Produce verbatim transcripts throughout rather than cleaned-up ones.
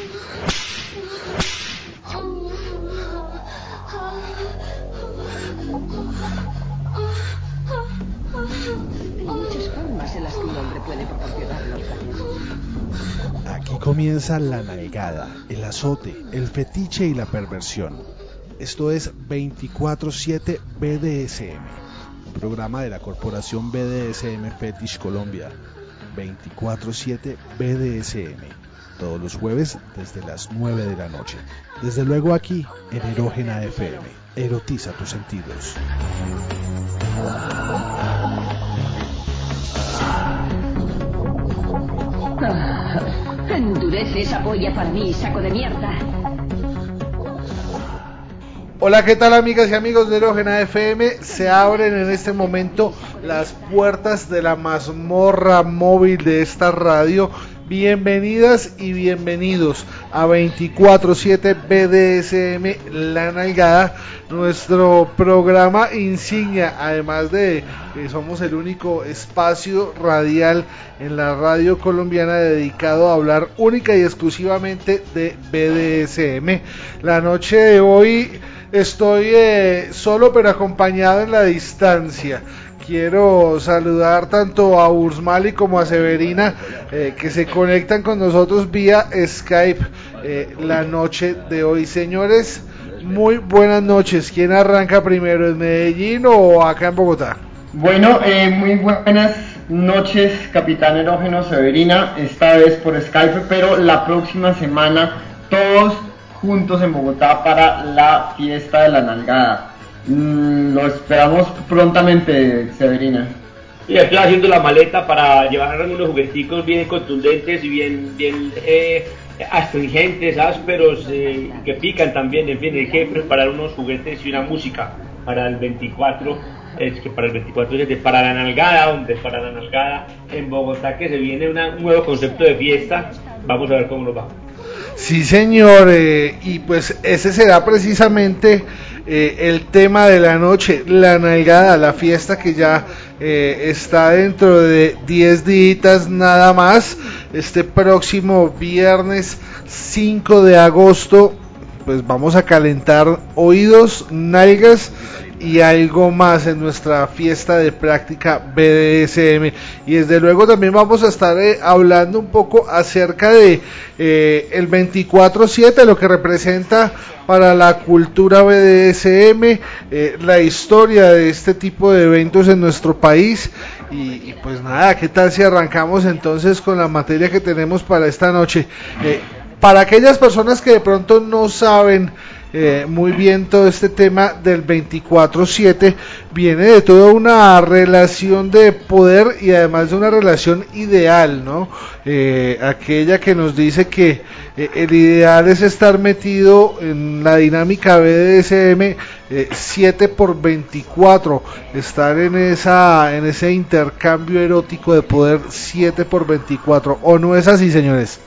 Aquí comienza la nalgada, el azote, el fetiche y la perversión. Esto es veinticuatro siete B D S M, programa de la corporación B D S M Fetish Colombia. veinticuatro siete B D S M, todos los jueves desde las nueve de la noche. Desde luego aquí en Erógena F M. Erotiza tus sentidos. Endurece esa polla para mí, saco de mierda. Hola, ¿qué tal, amigas y amigos de Erógena F M? Se abren en este momento las puertas de la mazmorra móvil de esta radio. Bienvenidas y bienvenidos a veinticuatro siete B D S M La Nalgada, nuestro programa insignia, además de que somos el único espacio radial en la radio colombiana dedicado a hablar única y exclusivamente de B D S M. La noche de hoy estoy eh, solo pero acompañado en la distancia. Quiero saludar tanto a Ursmali como a Severina, eh, que se conectan con nosotros vía Skype eh, la noche de hoy. Señores, muy buenas noches. ¿Quién arranca primero, en Medellín o acá en Bogotá? Bueno, eh, muy buenas noches, Capitán Erógeno, Severina, esta vez por Skype, pero la próxima semana todos juntos en Bogotá para la fiesta de la nalgada. Mm, lo esperamos prontamente, Severina. Y estoy haciendo la maleta para llevar unos jugueticos bien contundentes y bien, bien eh, astringentes, ásperos, eh, que pican también. En fin, hay que preparar unos juguetes y una música para el veinticuatro, es que para el veinticuatro, para la nalgada, hombre, para la nalgada en Bogotá, que se viene una, un nuevo concepto de fiesta. Vamos a ver cómo nos va. Sí, señor, eh, y pues ese será precisamente eh, el tema de la noche, la nalgada, la fiesta que ya eh, está dentro de diez días nada más. Este próximo viernes cinco de agosto, pues vamos a calentar oídos, nalgas y algo más en nuestra fiesta de práctica B D S M. Y desde luego también vamos a estar eh, hablando un poco acerca de eh, el veinticuatro siete, lo que representa para la cultura B D S M, eh, la historia de este tipo de eventos en nuestro país. Y, y pues nada, ¿qué tal si arrancamos entonces con la materia que tenemos para esta noche? Eh, para aquellas personas que de pronto no saben Eh, muy bien todo este tema del veinticuatro siete, viene de toda una relación de poder y además de una relación ideal, ¿no? Eh, aquella que nos dice que eh, el ideal es estar metido en la dinámica B D S M eh, siete por veinticuatro, estar en esa en ese intercambio erótico de poder siete por veinticuatro, ¿o no es así, señores?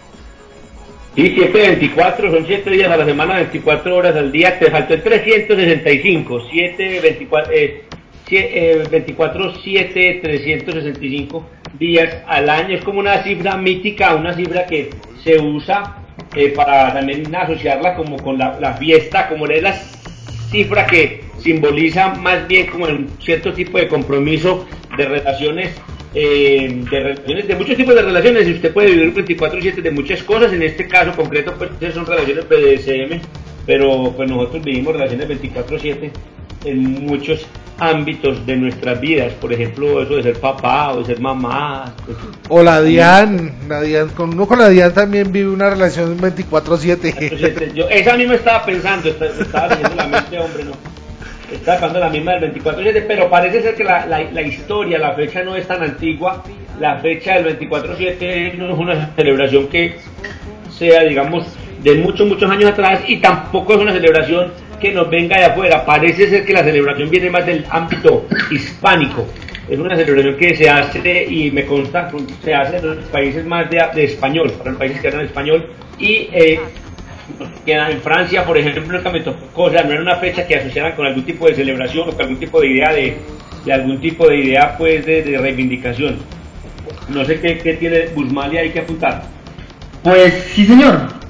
Y siete veinticuatro, son siete días a la semana, veinticuatro horas al día, te faltó el trescientos sesenta y cinco, siete, veinticuatro, eh, eh, veinticuatro, siete, trescientos sesenta y cinco días al año. Es como una cifra mítica, una cifra que se usa eh, para también asociarla como con la, la fiesta, como es la cifra que simboliza más bien como un cierto tipo de compromiso de relaciones. Eh, de relaciones, de muchos tipos de relaciones, y usted puede vivir veinticuatro siete de muchas cosas. En este caso concreto pues son relaciones B D S M, pero pues nosotros vivimos relaciones veinticuatro siete en muchos ámbitos de nuestras vidas, por ejemplo eso de ser papá o de ser mamá, pues, o la Dian, la Dian, con uno con la Dian también vive una relación veinticuatro siete. Yo esa misma estaba pensando, estaba, estaba leyendo la mente, hombre, no está pasando la misma del veinticuatro siete, pero parece ser que la, la, la historia, la fecha no es tan antigua. La fecha del veinticuatro siete no es una celebración que sea, digamos, de muchos, muchos años atrás, y tampoco es una celebración que nos venga de afuera. Parece ser que la celebración viene más del ámbito hispánico. Es una celebración que se hace, y me consta, se hace en los países más de, de español, para los países que hablan español, y eh, que en Francia, por ejemplo, nunca me tocó, o sea, no era una fecha que asociaran con algún tipo de celebración o con algún tipo de idea de, de algún tipo de idea pues de, de reivindicación. No sé qué, qué tiene Busmali ahí que apuntar. Pues sí, señor.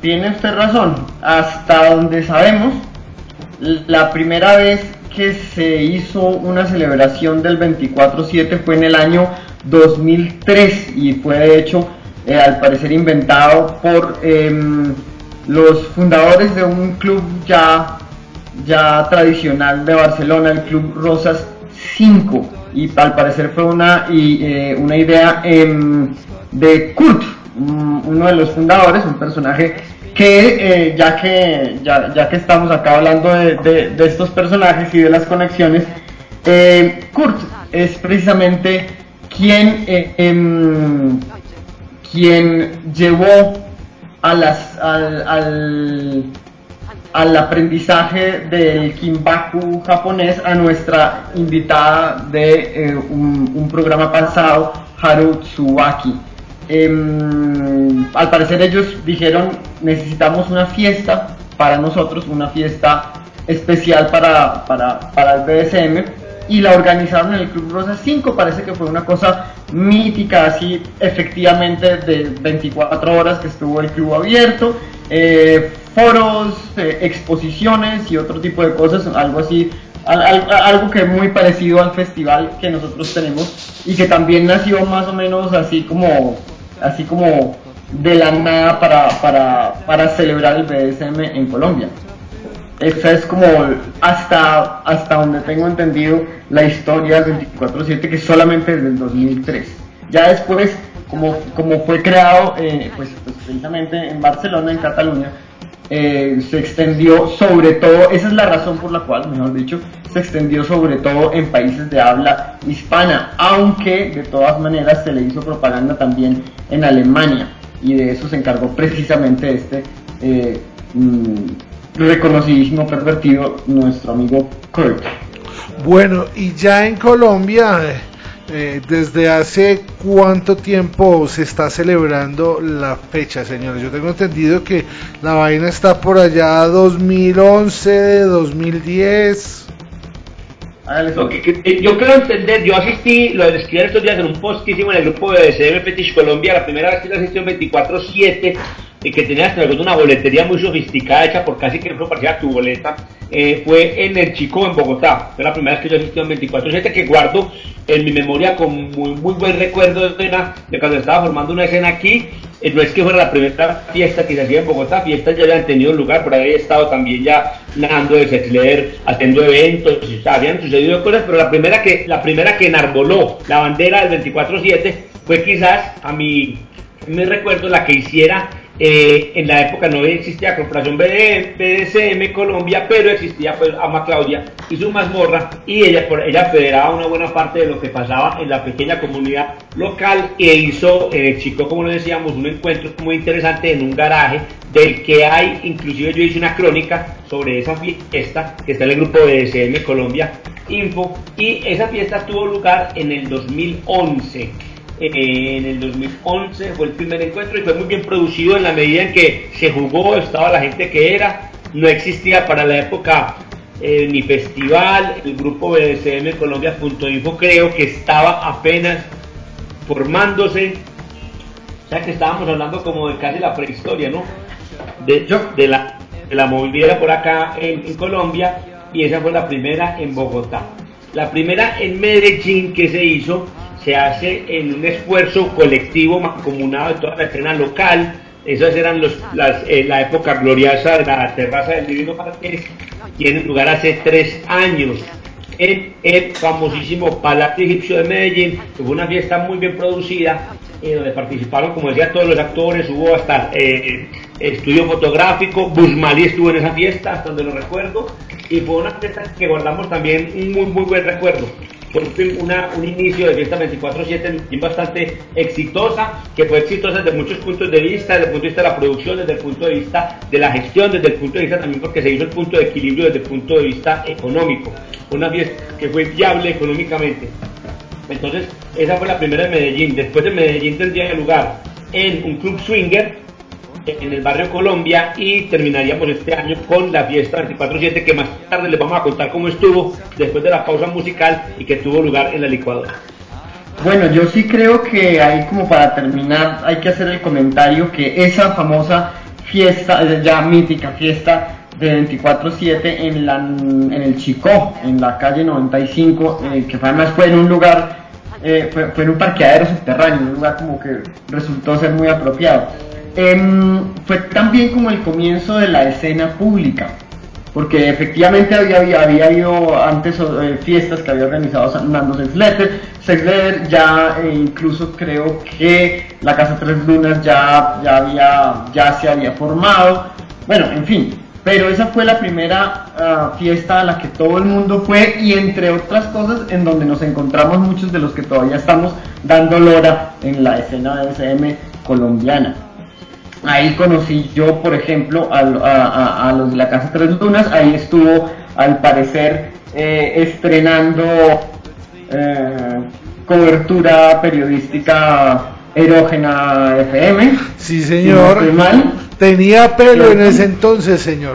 tiene usted razón. Hasta donde sabemos, la primera vez que se hizo una celebración del veinticuatro siete fue en el año dos mil tres y fue de hecho eh, al parecer inventado por eh, los fundadores de un club ya, ya tradicional de Barcelona, el Club Rosas cinco, y al parecer fue una, y, eh, una idea eh, de Kurt, uno de los fundadores, un personaje que eh, ya que ya, ya que estamos acá hablando de, de, de estos personajes y de las conexiones, eh, Kurt es precisamente quien eh, eh, quien llevó a las, al, al, al aprendizaje del Kinbaku japonés a nuestra invitada de eh, un, un programa pasado, Haru Tsubaki. Eh, al parecer ellos dijeron, necesitamos una fiesta para nosotros, una fiesta especial para, para, para el B D S M, y la organizaron en el Club Rosa cinco. Parece que fue una cosa mítica, así efectivamente de veinticuatro horas que estuvo el club abierto, eh, foros, eh, exposiciones y otro tipo de cosas, algo así, al, al, algo que es muy parecido al festival que nosotros tenemos y que también nació más o menos así como así como de la nada para, para, para celebrar el B D S M en Colombia. Esa es como hasta, hasta donde tengo entendido la historia del veinticuatro siete, que solamente desde el dos mil tres. Ya después, como, como fue creado eh, pues, pues precisamente en Barcelona, en Cataluña, eh, se extendió sobre todo, esa es la razón por la cual, mejor dicho, se extendió sobre todo en países de habla hispana, aunque de todas maneras se le hizo propaganda también en Alemania, y de eso se encargó precisamente este eh, mmm, reconocidísimo pervertido, nuestro amigo Kurt. Bueno, y ya en Colombia, eh, ¿desde hace cuánto tiempo se está celebrando la fecha, señores? Yo tengo entendido que la vaina está por allá dos mil once, dos mil diez. Lo que, que, yo creo entender, yo asistí, lo escribí estos días en un post que hicimos en el grupo de B D S M Fetish Colombia, la primera vez que yo asistí en veinticuatro siete, y que tenía hasta una boletería muy sofisticada hecha por casi que no parecía tu boleta, eh, fue en el Chico, en Bogotá. Fue la primera vez que yo asistí en veinticuatro siete, que guardo en mi memoria con muy, muy buen recuerdo de escena, de cuando estaba formando una escena aquí. Eh, no es que fuera la primera fiesta que se hacía en Bogotá, fiestas ya habían tenido lugar, por ahí he estado también ya nadando de Sexler, haciendo eventos, o sea, habían sucedido cosas, pero la primera que, la primera que enarboló la bandera del veinticuatro siete fue quizás, a mi, a mi recuerdo, la que hiciera Eh, en la época no existía Corporación B D S M Colombia, pero existía pues Ama Claudia y su mazmorra, y ella, por, ella federaba una buena parte de lo que pasaba en la pequeña comunidad local, e hizo en el Chico, como lo decíamos, un encuentro muy interesante en un garaje, del que hay, inclusive yo hice una crónica sobre esa fiesta que está en el grupo B D S M Colombia Info, y esa fiesta tuvo lugar en el dos mil once. En el dos mil once fue el primer encuentro y fue muy bien producido en la medida en que se jugó, estaba la gente que era, no existía para la época eh, ni festival, el grupo B D S M Colombia punto info creo que estaba apenas formándose, o sea que estábamos hablando como de casi la prehistoria, ¿no? De, de, la, de la movilidad por acá en, en Colombia, y esa fue la primera en Bogotá. La primera en Medellín que se hizo se hace en un esfuerzo colectivo mancomunado de toda la escena local. Esas eran los, las, eh, la época gloriosa de la terraza del Divino Marqués, tiene lugar hace tres años en el famosísimo Palacio Egipcio de Medellín, que fue una fiesta muy bien producida, eh, donde participaron, como decía, todos los actores, hubo hasta eh, estudio fotográfico, Busmali estuvo en esa fiesta, hasta donde lo recuerdo, y fue una fiesta que guardamos también un muy muy buen recuerdo. Fue una, un inicio de fiesta veinticuatro siete bastante exitosa, que fue exitosa desde muchos puntos de vista, desde el punto de vista de la producción, desde el punto de vista de la gestión, desde el punto de vista también porque se hizo el punto de equilibrio desde el punto de vista económico, una fiesta que fue viable económicamente. Entonces esa fue la primera en Medellín. Después de Medellín tendría lugar en un club swinger en el barrio Colombia, y terminaríamos este año con la fiesta veinticuatro siete, que más tarde les vamos a contar cómo estuvo después de la pausa musical y que tuvo lugar en la licuadora. Bueno, yo sí creo que ahí, como para terminar, hay que hacer el comentario que esa famosa fiesta, ya mítica fiesta de veinticuatro siete en, la, en el Chicó, en la calle noventa y cinco, eh, que además fue en un lugar, eh, fue, fue en un parqueadero subterráneo, un lugar como que resultó ser muy apropiado. Eh, fue también como el comienzo de la escena pública, porque efectivamente había, había, había habido antes eh, fiestas que había organizado Nando Sexletter, Sexletter ya eh, incluso creo que la Casa Tres Lunas ya, ya, había, ya se había formado, bueno, en fin, pero esa fue la primera uh, fiesta a la que todo el mundo fue y entre otras cosas en donde nos encontramos muchos de los que todavía estamos dando lora en la escena B D S M colombiana. Ahí conocí yo, por ejemplo, a, a, a los de la Casa Tres Lunas. Ahí estuvo, al parecer, eh, estrenando eh, cobertura periodística erógena F M. Sí, señor. Si no estoy mal. Tenía pelo en ese entonces, señor.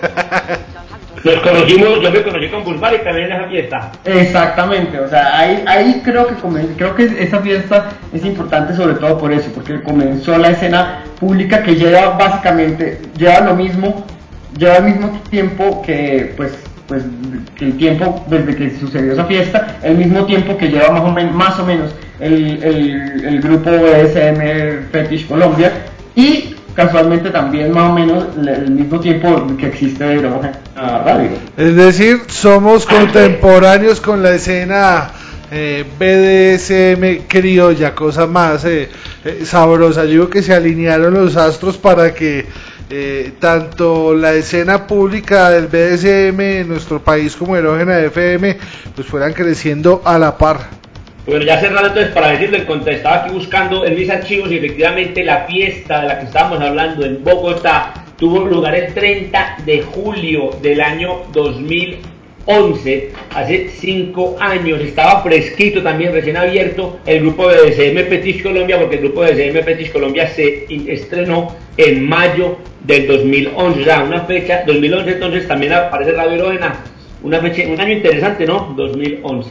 Nos conocimos, yo me conocí con Bulbar y también en esa fiesta. Exactamente, o sea, ahí, ahí creo que comen, creo que esa fiesta es importante sobre todo por eso, porque comenzó la escena pública que lleva básicamente, lleva lo mismo, lleva el mismo tiempo que pues, pues que el tiempo desde que sucedió esa fiesta, el mismo tiempo que lleva más o menos, más o menos el, el, el grupo B D S M Fetish Colombia y casualmente también más o menos el mismo tiempo que existe de Erógena Radio. Es decir, somos contemporáneos con la escena eh, B D S M criolla, cosa más eh, eh, sabrosa. Yo digo que se alinearon los astros para que eh, tanto la escena pública del B D S M en nuestro país como Erógena F M pues fueran creciendo a la par. Bueno, ya cerrando entonces para decirlo, estaba aquí buscando en mis archivos y efectivamente la fiesta de la que estábamos hablando en Bogotá tuvo lugar el treinta de julio del año dos mil once, hace cinco años, estaba fresquito también, recién abierto el grupo de B D S M Fetish Colombia, porque el grupo de B D S M Fetish Colombia se estrenó en mayo del dos mil once, o sea, una fecha, dos mil once entonces también aparece Radio Erógena, una fecha, un año interesante, ¿no? dos mil once.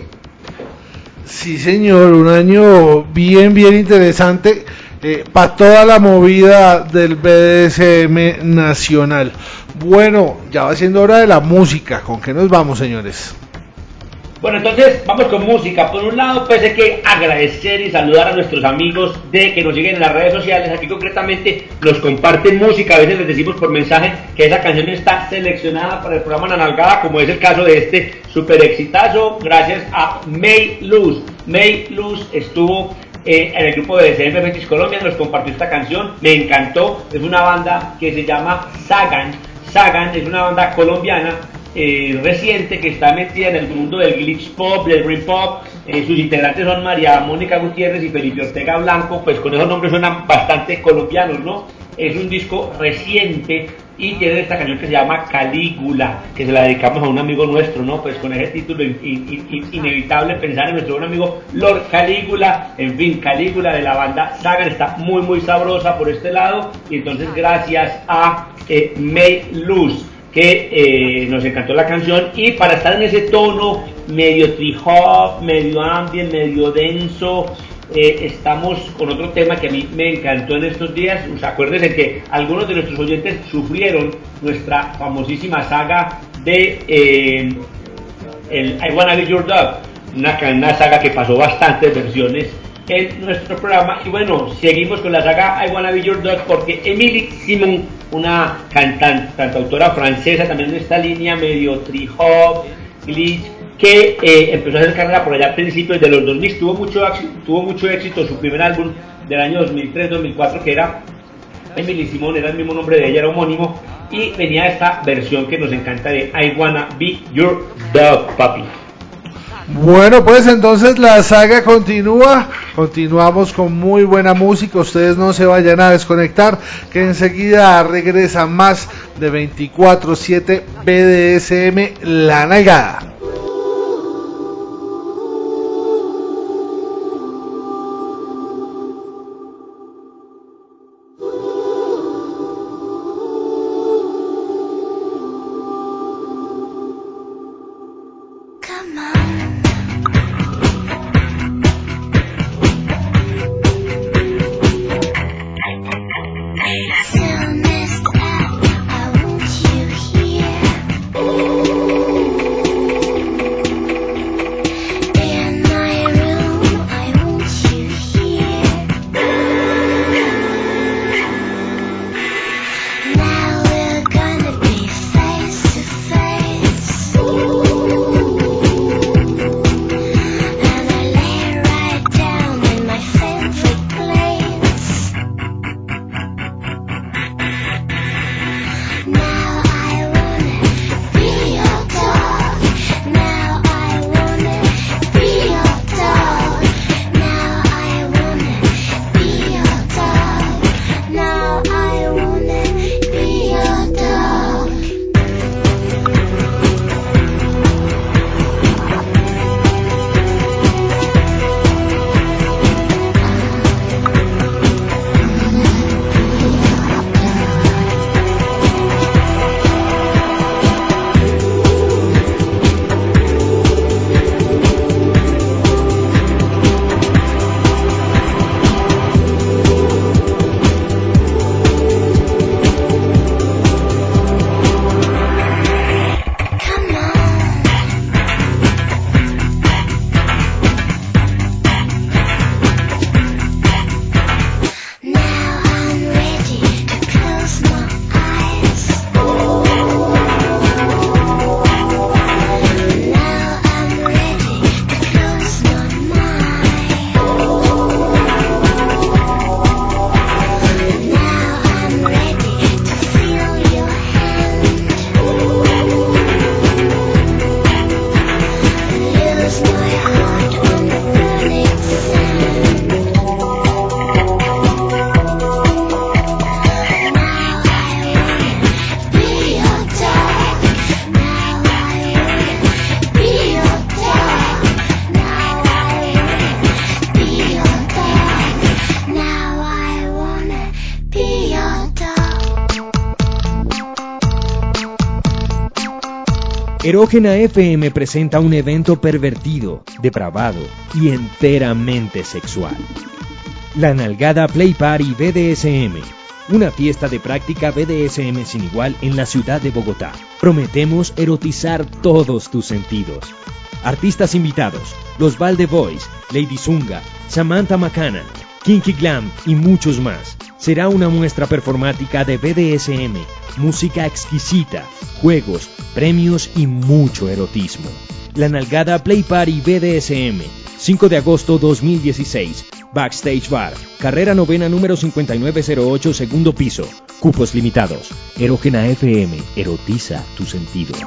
Sí, señor, un año bien, bien interesante eh, para toda la movida del B D S M nacional. Bueno, ya va siendo hora de la música. ¿Con qué nos vamos, señores? Bueno, entonces vamos con música. Por un lado, pues hay que agradecer y saludar a nuestros amigos de que nos siguen en las redes sociales. Aquí concretamente nos comparten música. A veces les decimos por mensaje que esa canción está seleccionada para el programa La Nalgada, como es el caso de este super exitazo, gracias a May Luz. May Luz estuvo eh, en el grupo de B D S M Fetish Colombia, nos compartió esta canción, me encantó. Es una banda que se llama Sagan. Sagan es una banda colombiana Eh, reciente que está metida en el mundo del glitch pop, del dream pop. Eh, sus integrantes son María Mónica Gutiérrez y Felipe Ortega Blanco, pues con esos nombres suenan bastante colombianos, ¿no? Es un disco reciente y tiene esta canción que se llama Calígula, que se la dedicamos a un amigo nuestro, ¿no? Pues con ese título in, in, in, inevitable pensar en nuestro buen amigo Lord Calígula. En fin, Calígula de la banda Sagan está muy muy sabrosa por este lado, y entonces gracias a eh, May Luz que eh, nos encantó la canción, y para estar en ese tono medio trip-hop, medio ambient, medio denso, eh, estamos con otro tema que a mí me encantó en estos días. O sea, acuérdense que algunos de nuestros oyentes sufrieron nuestra famosísima saga de eh, el I Wanna Be Your Dog, una, una saga que pasó bastantes versiones en nuestro programa. Y bueno, seguimos con la saga I Wanna Be Your Dog porque Émilie Simon, una cantan, cantautora francesa también de esta línea medio trip-hop, glitch, que eh, empezó a hacer carrera por allá a principios de los dos mil, tuvo mucho, tuvo mucho éxito su primer álbum del año dos mil tres dos mil cuatro, que era Émilie Simon, era el mismo nombre de ella, era homónimo, y venía esta versión que nos encanta de I Wanna Be Your Dog, papi. Bueno, pues entonces la saga continúa, continuamos con muy buena música, ustedes no se vayan a desconectar, que enseguida regresa más de veinticuatro siete B D S M La Nalgada. Soon as Erógena F M presenta un evento pervertido, depravado y enteramente sexual. La Nalgada Play Party B D S M. Una fiesta de práctica B D S M sin igual en la ciudad de Bogotá. Prometemos erotizar todos tus sentidos. Artistas invitados: Los Valde Boys, Lady Zunga, Samantha Macana, Kinky Glam y muchos más. Será una muestra performática de B D S M, música exquisita, juegos, premios y mucho erotismo. La Nalgada Play Party B D S M, cinco de agosto dos mil dieciséis. Backstage Bar, carrera novena número cincuenta y nueve cero ocho, segundo piso. Cupos limitados. Erógena F M, erotiza tus sentidos.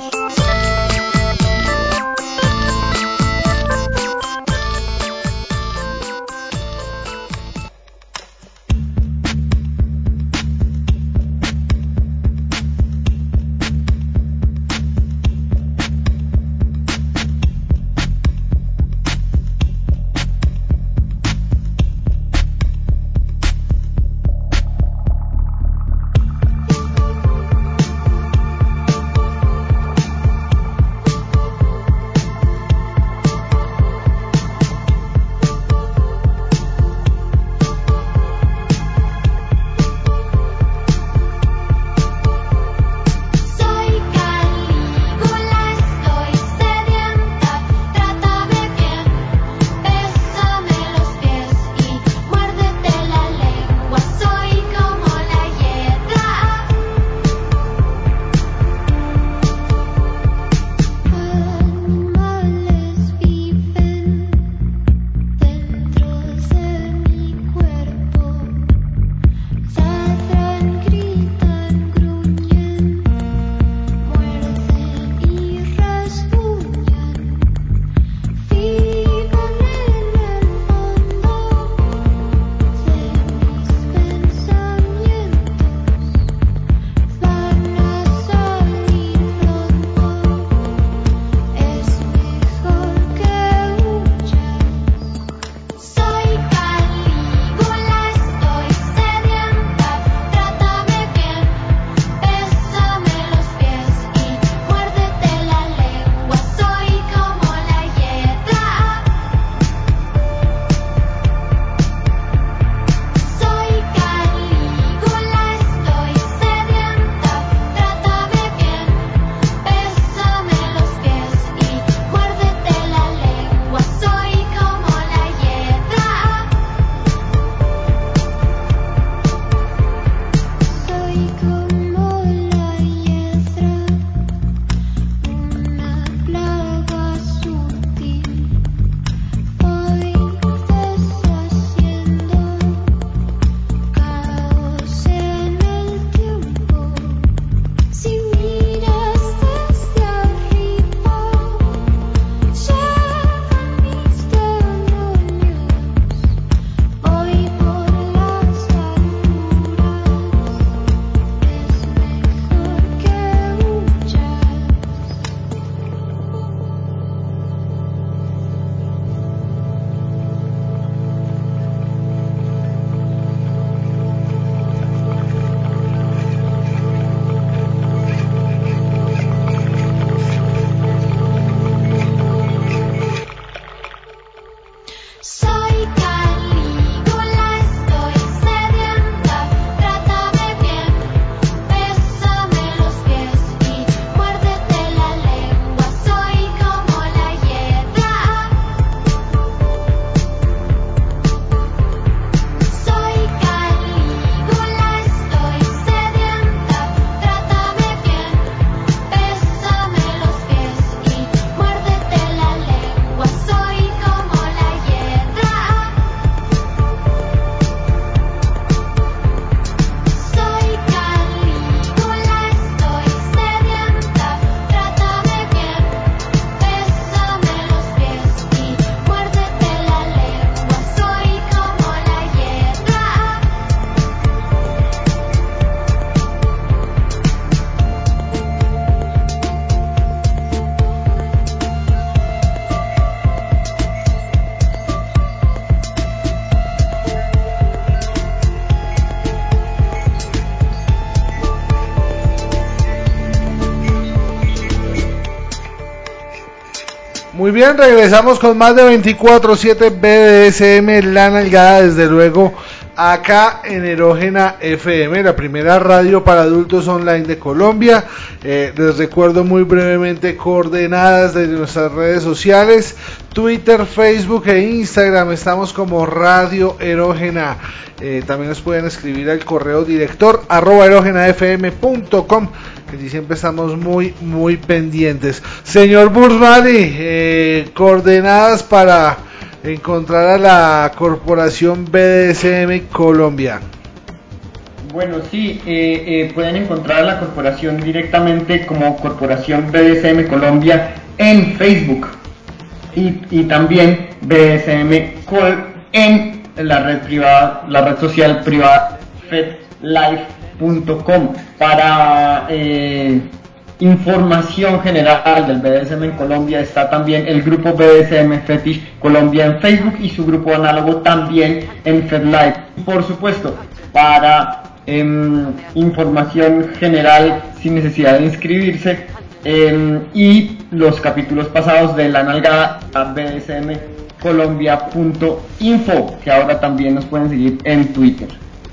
Muy bien, regresamos con más de veinticuatro siete B D S M, La Nalgada, desde luego acá en Erógena F M, la primera radio para adultos online de Colombia. Eh, les recuerdo muy brevemente coordenadas de nuestras redes sociales: Twitter, Facebook e Instagram. Estamos como Radio Erógena. Eh, también nos pueden escribir al correo director arroba erógena f m punto com, que sí siempre estamos muy muy pendientes. Señor Burzmali, eh, coordenadas para encontrar a la corporación B D S M Colombia. Bueno, sí, eh, eh, pueden encontrar a la corporación directamente como Corporación B D S M Colombia en Facebook y, y también B D S M Col en la red privada, la red social privada fetlife punto com. Para eh, información general del B D S M en Colombia está también el grupo B D S M Fetish Colombia en Facebook y su grupo análogo también en FetLife. Por supuesto, para eh, información general sin necesidad de inscribirse, eh, y los capítulos pasados de La Nalgada a B D S M Colombia punto info, que ahora también nos pueden seguir en Twitter.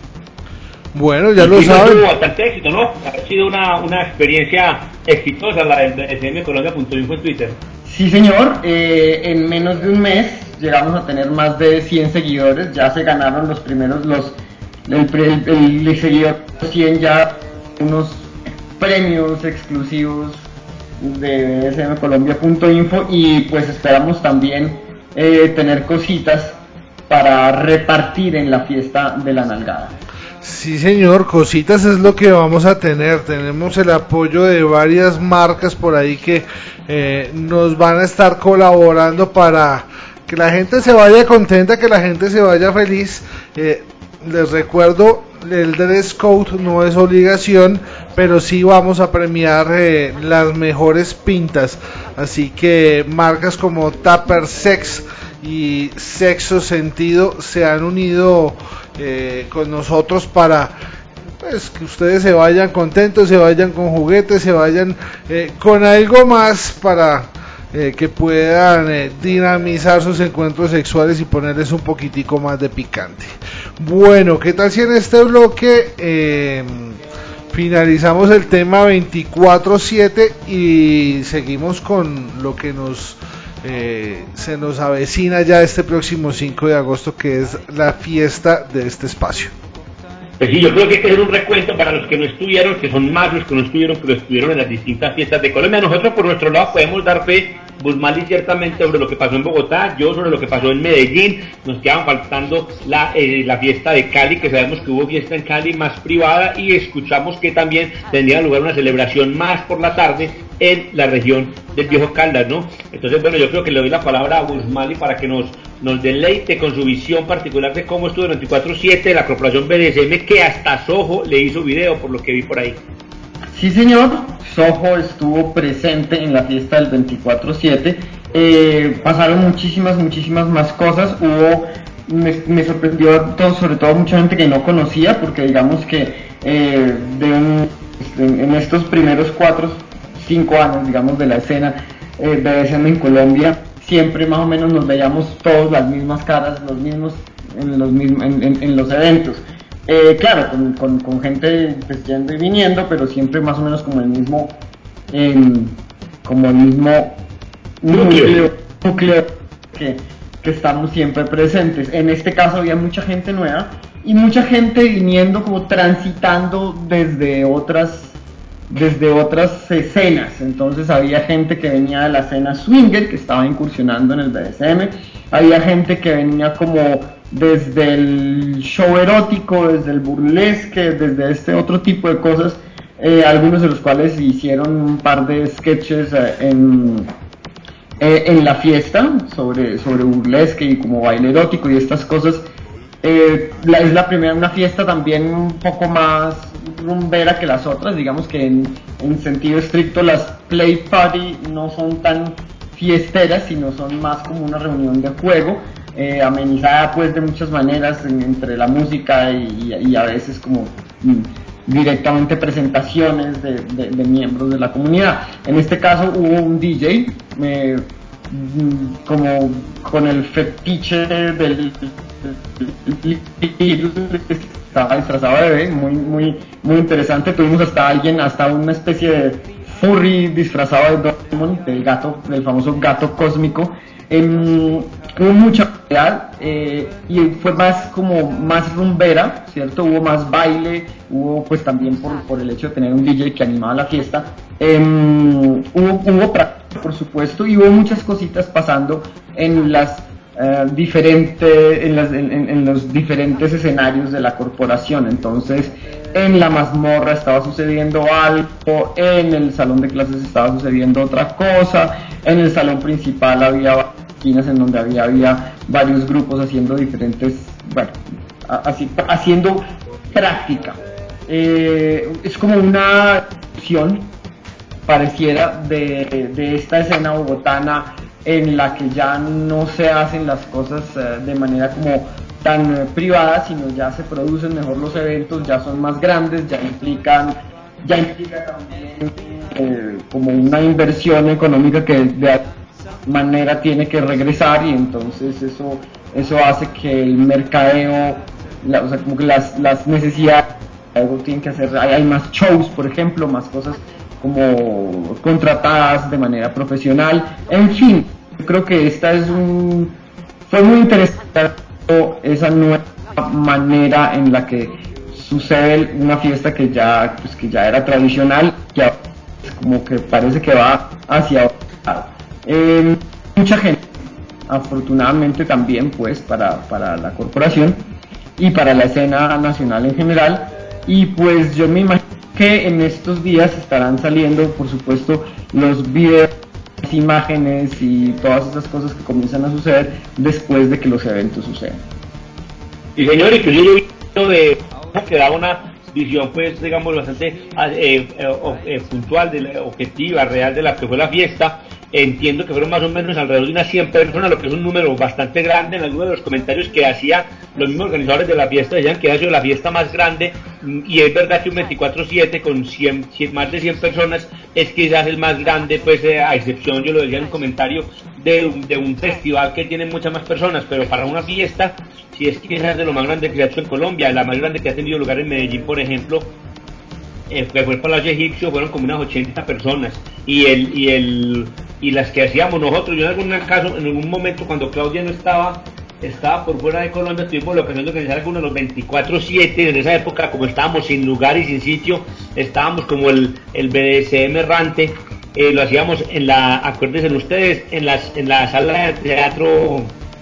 Bueno, ya y lo saben. Tuvo bastante éxito, ¿no? Ha sido una, una experiencia exitosa la del B D S M Colombia punto info en Twitter. Sí, señor. Eh, en menos de un mes llegamos a tener más de cien seguidores. Ya se ganaron los primeros, los el, el, el seguidor cien, ya unos premios exclusivos de B D S M Colombia punto info, y pues esperamos también eh, tener cositas para repartir en la fiesta de La Nalgada. Sí, señor, cositas es lo que vamos a tener. Tenemos el apoyo de varias marcas por ahí que eh, nos van a estar colaborando para que la gente se vaya contenta, que la gente se vaya feliz. Eh, les recuerdo, el dress code no es obligación, pero sí vamos a premiar eh, las mejores pintas. Así que marcas como Tupper Sex y Sexo Sentido se han unido eh, con nosotros para pues que ustedes se vayan contentos, se vayan con juguetes, se vayan eh, con algo más para eh, que puedan eh, dinamizar sus encuentros sexuales y ponerles un poquitico más de picante. Bueno, ¿qué tal si en este bloque eh, finalizamos el tema veinticuatro siete y seguimos con lo que nos Eh, se nos avecina ya este próximo cinco de agosto, que es la fiesta de este espacio? Pues sí, yo creo que hay que hacer un recuento para los que no estuvieron, que son más los que no estuvieron, pero estuvieron en las distintas fiestas de Colombia. Nosotros por nuestro lado podemos dar fe, Burzmali, ciertamente sobre lo que pasó en Bogotá, yo sobre lo que pasó en Medellín. Nos quedan faltando la, eh, la fiesta de Cali, que sabemos que hubo fiesta en Cali más privada, y escuchamos que también tendría lugar una celebración más por la tarde en la región del Viejo Caldas, ¿no? Entonces, bueno, yo creo que le doy la palabra a Burzmali para que nos, nos deleite con su visión particular de cómo estuvo el veinticuatro siete de la corporación B D S M, que hasta Soho le hizo video, por lo que vi por ahí. Sí, señor, Soho estuvo presente en la fiesta del veinticuatro siete. Eh, pasaron muchísimas, muchísimas más cosas. Hubo, me, me sorprendió todo, sobre todo mucha gente que no conocía, porque digamos que eh, de un, en, en estos primeros cuatro, cinco años, digamos, de la escena eh, B D S M en Colombia, siempre más o menos nos veíamos todos las mismas caras, los mismos en los mismos en, en, en los eventos. Eh, claro, con, con, con gente pues, yendo y viniendo, pero siempre más o menos como el mismo, eh, como el mismo núcleo, núcleo que, que estamos siempre presentes. En este caso había mucha gente nueva y mucha gente viniendo, como transitando desde otras desde otras escenas. Entonces había gente que venía de la escena swinger, que estaba incursionando en el B D S M, había gente que venía como desde el show erótico, desde el burlesque, desde este otro tipo de cosas, eh, algunos de los cuales hicieron un par de sketches eh, en, eh, en la fiesta sobre, sobre burlesque y como baile erótico y estas cosas. Eh, la, es la primera, una fiesta también un poco más rumbera que las otras, digamos que en, en sentido estricto las play party no son tan fiesteras, sino son más como una reunión de juego, eh, amenizada pues de muchas maneras en, entre la música y, y a veces como mm, directamente presentaciones de, de, de miembros de la comunidad. En este caso hubo un D J, eh, como con el fetiche del estaba disfrazado de bebé, muy muy muy interesante. Tuvimos hasta alguien, hasta una especie de furry disfrazado de Doraemon, del gato, del famoso gato cósmico. Eh, hubo mucha variedad eh, y fue más como más rumbera, ¿cierto? Hubo más baile, hubo pues también por, por el hecho de tener un D J que animaba la fiesta. Eh, hubo, hubo práctica, por supuesto, y hubo muchas cositas pasando en las Uh, diferente, en, las, en, en los diferentes escenarios de la corporación. Entonces, en la mazmorra estaba sucediendo algo, en el salón de clases estaba sucediendo otra cosa, en el salón principal había esquinas en donde había, había varios grupos haciendo diferentes, bueno, así, haciendo práctica. Eh, es como una opción, pareciera, de, de esta escena bogotana, en la que ya no se hacen las cosas uh, de manera como tan uh, privada, sino ya se producen mejor los eventos, ya son más grandes, ya implican, ya implica también eh, como una inversión económica que de alguna manera tiene que regresar, y entonces eso eso hace que el mercadeo, la, o sea, como que las, las necesidades algo tienen que hacer, hay, hay más shows, por ejemplo, más cosas como contratadas de manera profesional, en fin. Yo creo que esta es un fue muy interesante esa nueva manera en la que sucede una fiesta que ya pues que ya era tradicional, que como que parece que va hacia otro lado. Eh, mucha gente, afortunadamente también pues para para la corporación y para la escena nacional en general, y pues yo me imagino que en estos días estarán saliendo, por supuesto, los videos, imágenes y todas esas cosas que comienzan a suceder después de que los eventos suceden. Y señor, y que yo he visto de que da una visión, pues, digamos, bastante eh, eh, eh, puntual, de la, objetiva, real de la que fue la fiesta. Entiendo que fueron más o menos alrededor de unas cien personas, lo que es un número bastante grande. En algunos de los comentarios que hacía los mismos organizadores de la fiesta decían que ha sido la fiesta más grande, y es verdad que un veinticuatro siete con cien, cien, más de cien personas es quizás el más grande, pues eh, a excepción, yo lo decía en un comentario, de, de un festival que tiene muchas más personas, pero para una fiesta, si es quizás de lo más grande que se ha hecho en Colombia, la más grande que ha tenido lugar en Medellín, por ejemplo, Eh, que fue el Palacio Egipcio, fueron como unas ochenta personas, y el y el y las que hacíamos nosotros. Yo en algún caso, en algún momento cuando Claudia no estaba estaba por fuera de Colombia, tuvimos la ocasión de organizar algunos de los veinticuatro siete. En esa época, como estábamos sin lugar y sin sitio, estábamos como el el B D S M errante, eh, lo hacíamos en la, acuérdense ustedes, en las en la sala de teatro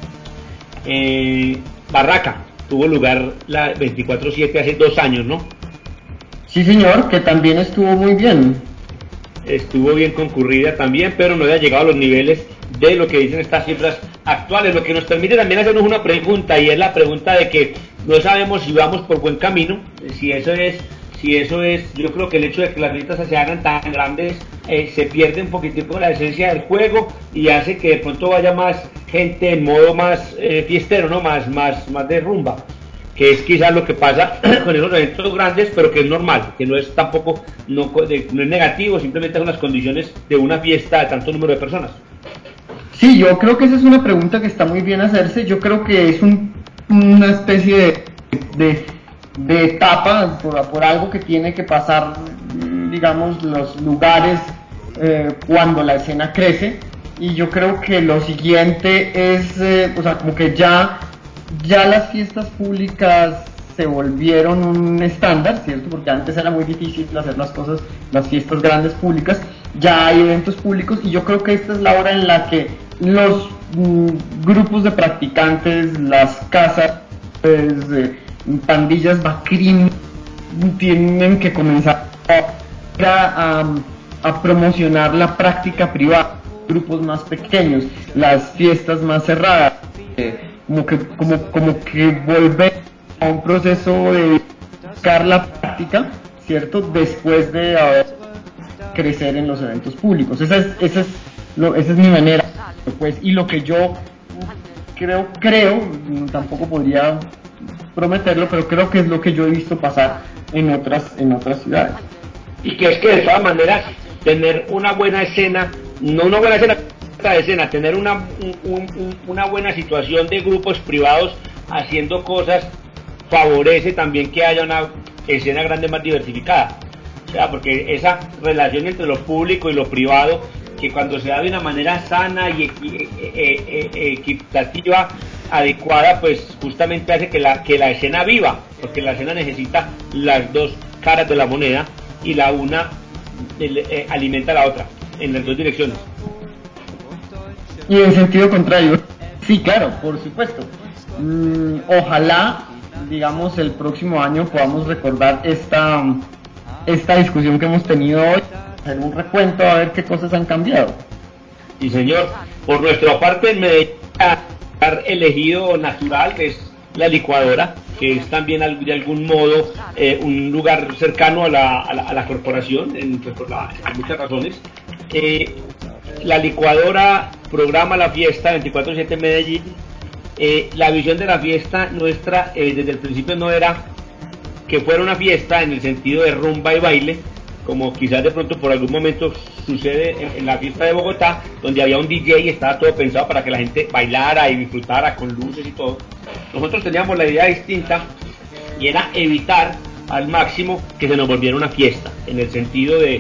eh, Barraca. Tuvo lugar la veinticuatro siete hace dos años, ¿no? Sí, señor, que también estuvo muy bien. Estuvo bien concurrida también, pero no había llegado a los niveles de lo que dicen estas cifras actuales, lo que nos permite también hacernos una pregunta, y es la pregunta de que no sabemos si vamos por buen camino, si eso es, si eso es, yo creo que el hecho de que las fiestas se hagan tan grandes eh, se pierde un poquitico la esencia del juego y hace que de pronto vaya más gente en modo más eh, fiestero, no más, más, más de rumba, que es quizás lo que pasa con esos eventos grandes, pero que es normal, que no es tampoco, no, no es negativo, simplemente son las condiciones de una fiesta de tanto número de personas. Sí, yo creo que esa es una pregunta que está muy bien hacerse. Yo creo que es un, una especie de, de, de etapa por, por algo que tiene que pasar, digamos, los lugares eh, cuando la escena crece, y yo creo que lo siguiente es, eh, o sea, como que ya ya las fiestas públicas se volvieron un estándar, ¿cierto? Porque antes era muy difícil hacer las cosas, las fiestas grandes públicas. Ya hay eventos públicos, y yo creo que esta es la hora en la que los mm, grupos de practicantes, las casas, pues, eh, pandillas bacrín, tienen que comenzar a, a, a promocionar la práctica privada, grupos más pequeños, las fiestas más cerradas, eh, como que como como que volver a un proceso de buscar la práctica, ¿cierto? Después de haber crecer en los eventos públicos. Esa es esa es lo, esa es mi manera, pues, y lo que yo creo creo tampoco podría prometerlo, pero creo que es lo que yo he visto pasar en otras en otras ciudades. Y que es que de todas maneras tener una buena escena, no una buena escena de escena, tener una, un, un, una buena situación de grupos privados haciendo cosas favorece también que haya una escena grande más diversificada. O sea, porque esa relación entre lo público y lo privado, que cuando se da de una manera sana y equi, e, e, e, equitativa, adecuada, pues justamente hace que la, que la escena viva, porque la escena necesita las dos caras de la moneda y la una eh, alimenta a la otra, en las dos direcciones. Y en sentido contrario, sí, claro, por supuesto. Mm, ojalá, digamos, el próximo año podamos recordar esta, esta discusión que hemos tenido hoy, hacer un recuento a ver qué cosas han cambiado. Sí, señor. Por nuestra parte, en Medellín, elegido natural es la licuadora, que es también de algún modo eh, un lugar cercano a la, a la, a la corporación, en, pues, por, la, por muchas razones. Eh, la licuadora programa la fiesta veinticuatro siete en Medellín. Eh, la visión de la fiesta nuestra eh, desde el principio no era que fuera una fiesta en el sentido de rumba y baile, como quizás de pronto por algún momento sucede en, en la fiesta de Bogotá, donde había un D J y estaba todo pensado para que la gente bailara y disfrutara con luces y todo. Nosotros teníamos la idea distinta y era evitar al máximo que se nos volviera una fiesta, en el sentido de,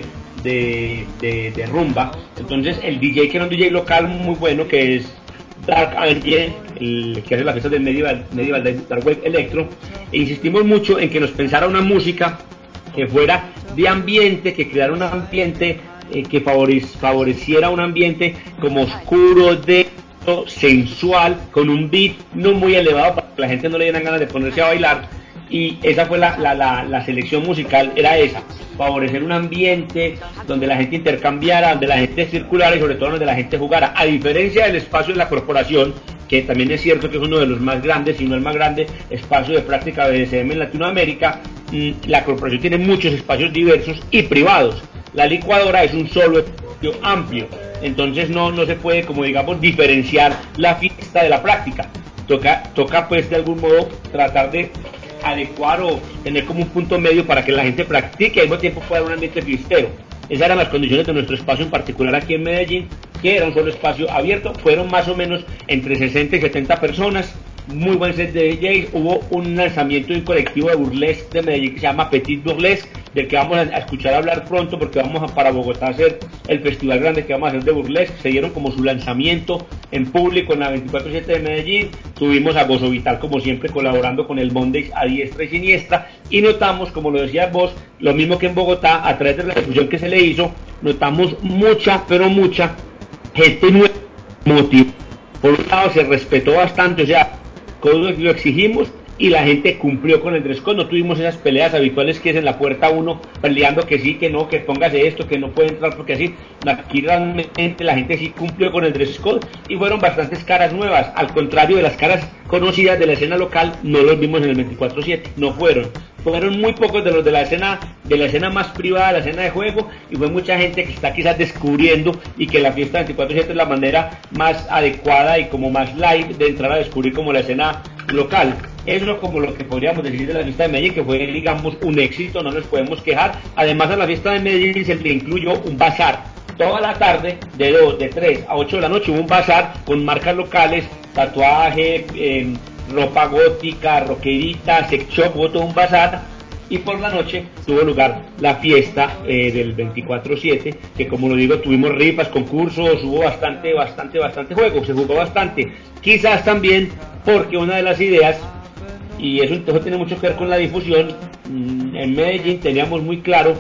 de, de, de rumba. Entonces el D J, que era un D J local muy bueno, que es Dark Angel, el que hace las fiestas del Medieval, Medieval Dark Wave Electro, e insistimos mucho en que nos pensara una música que fuera de ambiente, que creara un ambiente eh, que favorec- favoreciera un ambiente como oscuro, denso, sensual, con un beat no muy elevado para que la gente no le dieran ganas de ponerse a bailar. Y esa fue la, la, la, la selección musical, era esa, favorecer un ambiente donde la gente intercambiara, donde la gente circulara y sobre todo donde la gente jugara, a diferencia del espacio de la corporación, que también es cierto que es uno de los más grandes, si no el más grande espacio de práctica B D S M en Latinoamérica. La corporación tiene muchos espacios diversos y privados. La licuadora es un solo espacio amplio, entonces no, no se puede, como digamos, diferenciar la fiesta de la práctica. Toca, toca pues de algún modo tratar de adecuar o tener como un punto medio para que la gente practique y al mismo tiempo pueda haber un ambiente fiestero. Esas eran las condiciones de nuestro espacio en particular aquí en Medellín, que era un solo espacio abierto. Fueron más o menos entre sesenta y setenta personas, muy buen set de D Js. Hubo un lanzamiento de un colectivo de burlesque de Medellín que se llama Petit Burlesque, del que vamos a escuchar hablar pronto, porque vamos a, para Bogotá a hacer el festival grande que vamos a hacer de burlesque. Se dieron como su lanzamiento en público en la veinticuatro siete de Medellín. Tuvimos a Gozo Vital, como siempre, colaborando con el Mondays a diestra y siniestra, y notamos, como lo decías vos, lo mismo que en Bogotá, a través de la difusión que se le hizo, notamos mucha, pero mucha gente nueva, motivada. Por un lado se respetó bastante, o sea, lo exigimos y la gente cumplió con el dress code. No tuvimos esas peleas habituales que es en la puerta uno peleando que sí, que no, que póngase esto, que no puede entrar porque así. Aquí realmente la gente sí cumplió con el dress code y fueron bastantes caras nuevas, al contrario de las caras conocidas de la escena local. No los vimos en el veinticuatro siete, no fueron fueron muy pocos de los de la escena de la escena más privada, la escena de juego, y fue mucha gente que está quizás descubriendo, y que la fiesta veinticuatro siete es la manera más adecuada y como más live de entrar a descubrir como la escena local. Eso es como lo que podríamos decir de la fiesta de Medellín, que fue, digamos, un éxito, no nos podemos quejar. Además, a la fiesta de Medellín se le incluyó un bazar. Toda la tarde, de dos, de tres a ocho de la noche, hubo un bazar con marcas locales, tatuaje, eh, ropa gótica, rockerita, sex shop, hubo todo un bazar. Y por la noche tuvo lugar la fiesta eh, del veinticuatro siete, que como lo digo, tuvimos rifas, concursos, hubo bastante, bastante, bastante juego, se jugó bastante. Quizás también porque una de las ideas, y eso, eso tiene mucho que ver con la difusión, en Medellín teníamos muy claro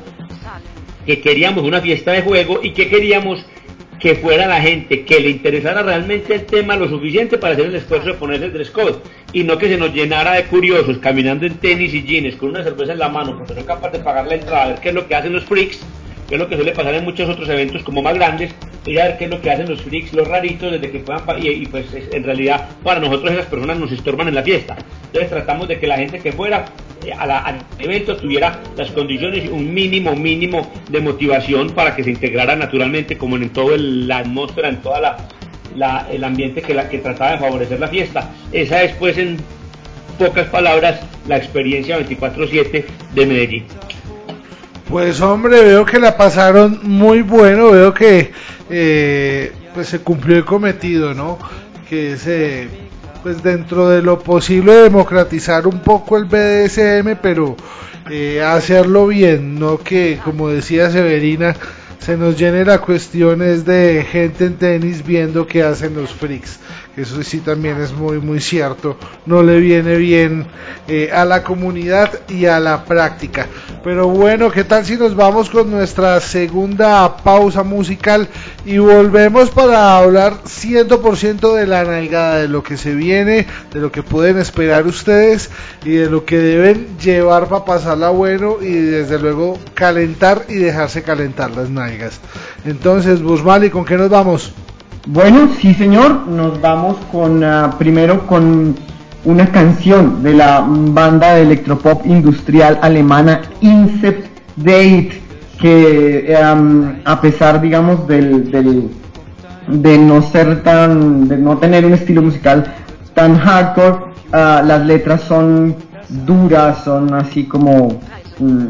que queríamos una fiesta de juego y que queríamos que fuera la gente que le interesara realmente el tema lo suficiente para hacer el esfuerzo de ponerse el dress code, y no que se nos llenara de curiosos caminando en tenis y jeans con una cerveza en la mano porque no son capaces de pagar la entrada, a ver qué es lo que hacen los freaks, que es lo que suele pasar en muchos otros eventos como más grandes, y a ver qué es lo que hacen los freaks, los raritos, desde que puedan, y, y pues en realidad para nosotros esas personas nos estorban en la fiesta. Entonces tratamos de que la gente que fuera eh, a la, al evento tuviera las condiciones, un mínimo mínimo de motivación para que se integrara naturalmente, como en toda la atmósfera, en toda la, la el ambiente que, la, que trataba de favorecer la fiesta. Esa es, pues, en pocas palabras, la experiencia veinticuatro siete de Medellín. Pues hombre, veo que la pasaron muy bueno, veo que eh, pues se cumplió el cometido, ¿no? Que es eh, pues dentro de lo posible democratizar un poco el B D S M, pero eh, hacerlo bien, no que, como decía Severina, se nos llene la cuestiones de gente en tenis viendo qué hacen los freaks. Eso sí también es muy muy cierto, no le viene bien eh, a la comunidad y a la práctica. Pero bueno, ¿qué tal si nos vamos con nuestra segunda pausa musical y volvemos para hablar cien por ciento de la nalgada, de lo que se viene, de lo que pueden esperar ustedes y de lo que deben llevar para pasarla bueno y desde luego calentar y dejarse calentar las nalgas? Entonces, Busmali, ¿con qué nos vamos? Bueno, sí señor, nos vamos con uh, primero con una canción de la banda de electropop industrial alemana Incept Date, que um, a pesar, digamos, del, del de no ser tan, de no tener un estilo musical tan hardcore, uh, las letras son duras, son así como um,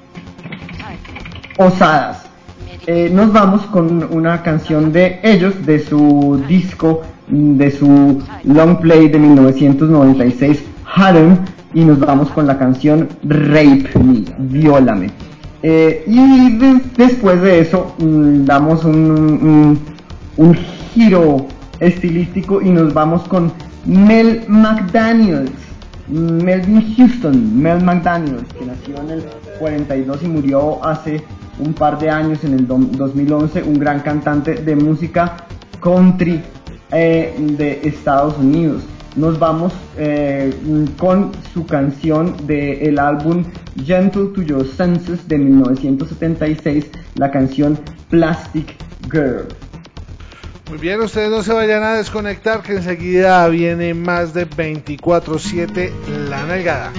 osadas. Eh, nos vamos con una canción de ellos, de su disco, de su long play de mil novecientos noventa y seis, Harem, y nos vamos con la canción Rape Me, Viólame. Eh, y de, después de eso mmm, damos un, un, un giro estilístico y nos vamos con Mel McDaniels, Melvin Houston, Mel McDaniels, que nació en el cuarenta y dos y murió hace un par de años, en el dos mil once, un gran cantante de música country eh, de Estados Unidos. Nos vamos eh, con su canción del álbum Gentle to Your Senses de mil novecientos setenta y seis, la canción Plastic Girl. Muy bien, ustedes no se vayan a desconectar, que enseguida viene más de veinticuatro siete La Nalgada.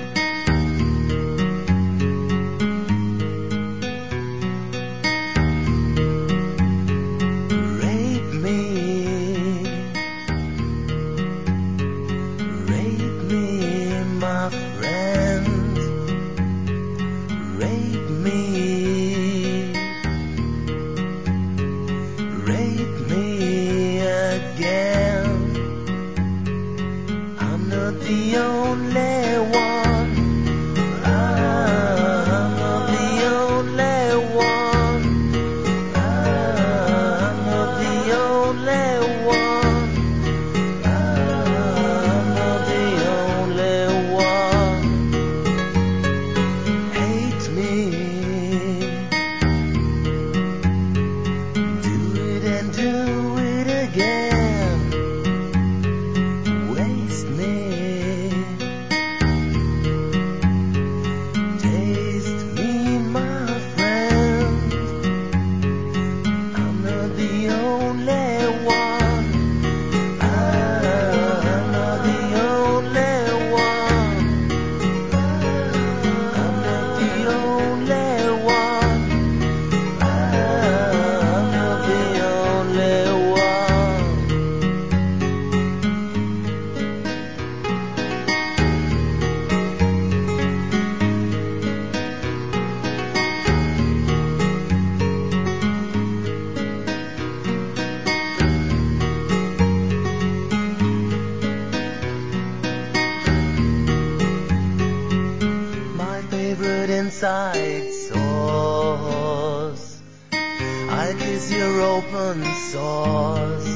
Inside source, I kiss your open source,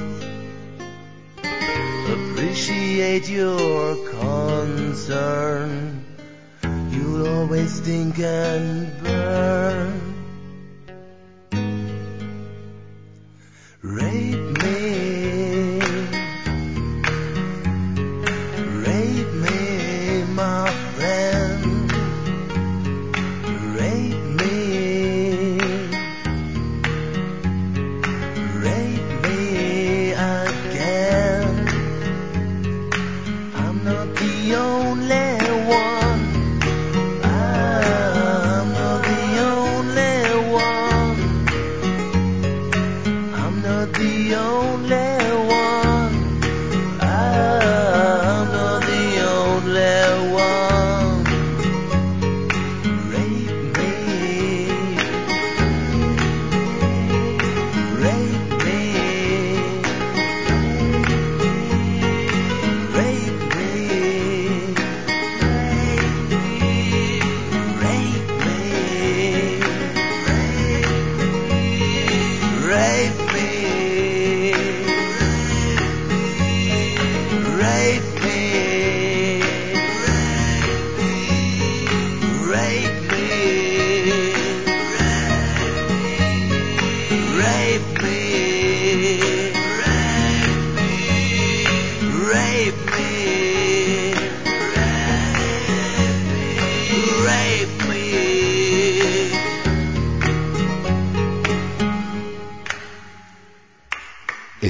appreciate your concern, you'll always stink and burn. Rape me, rape me, my friend. The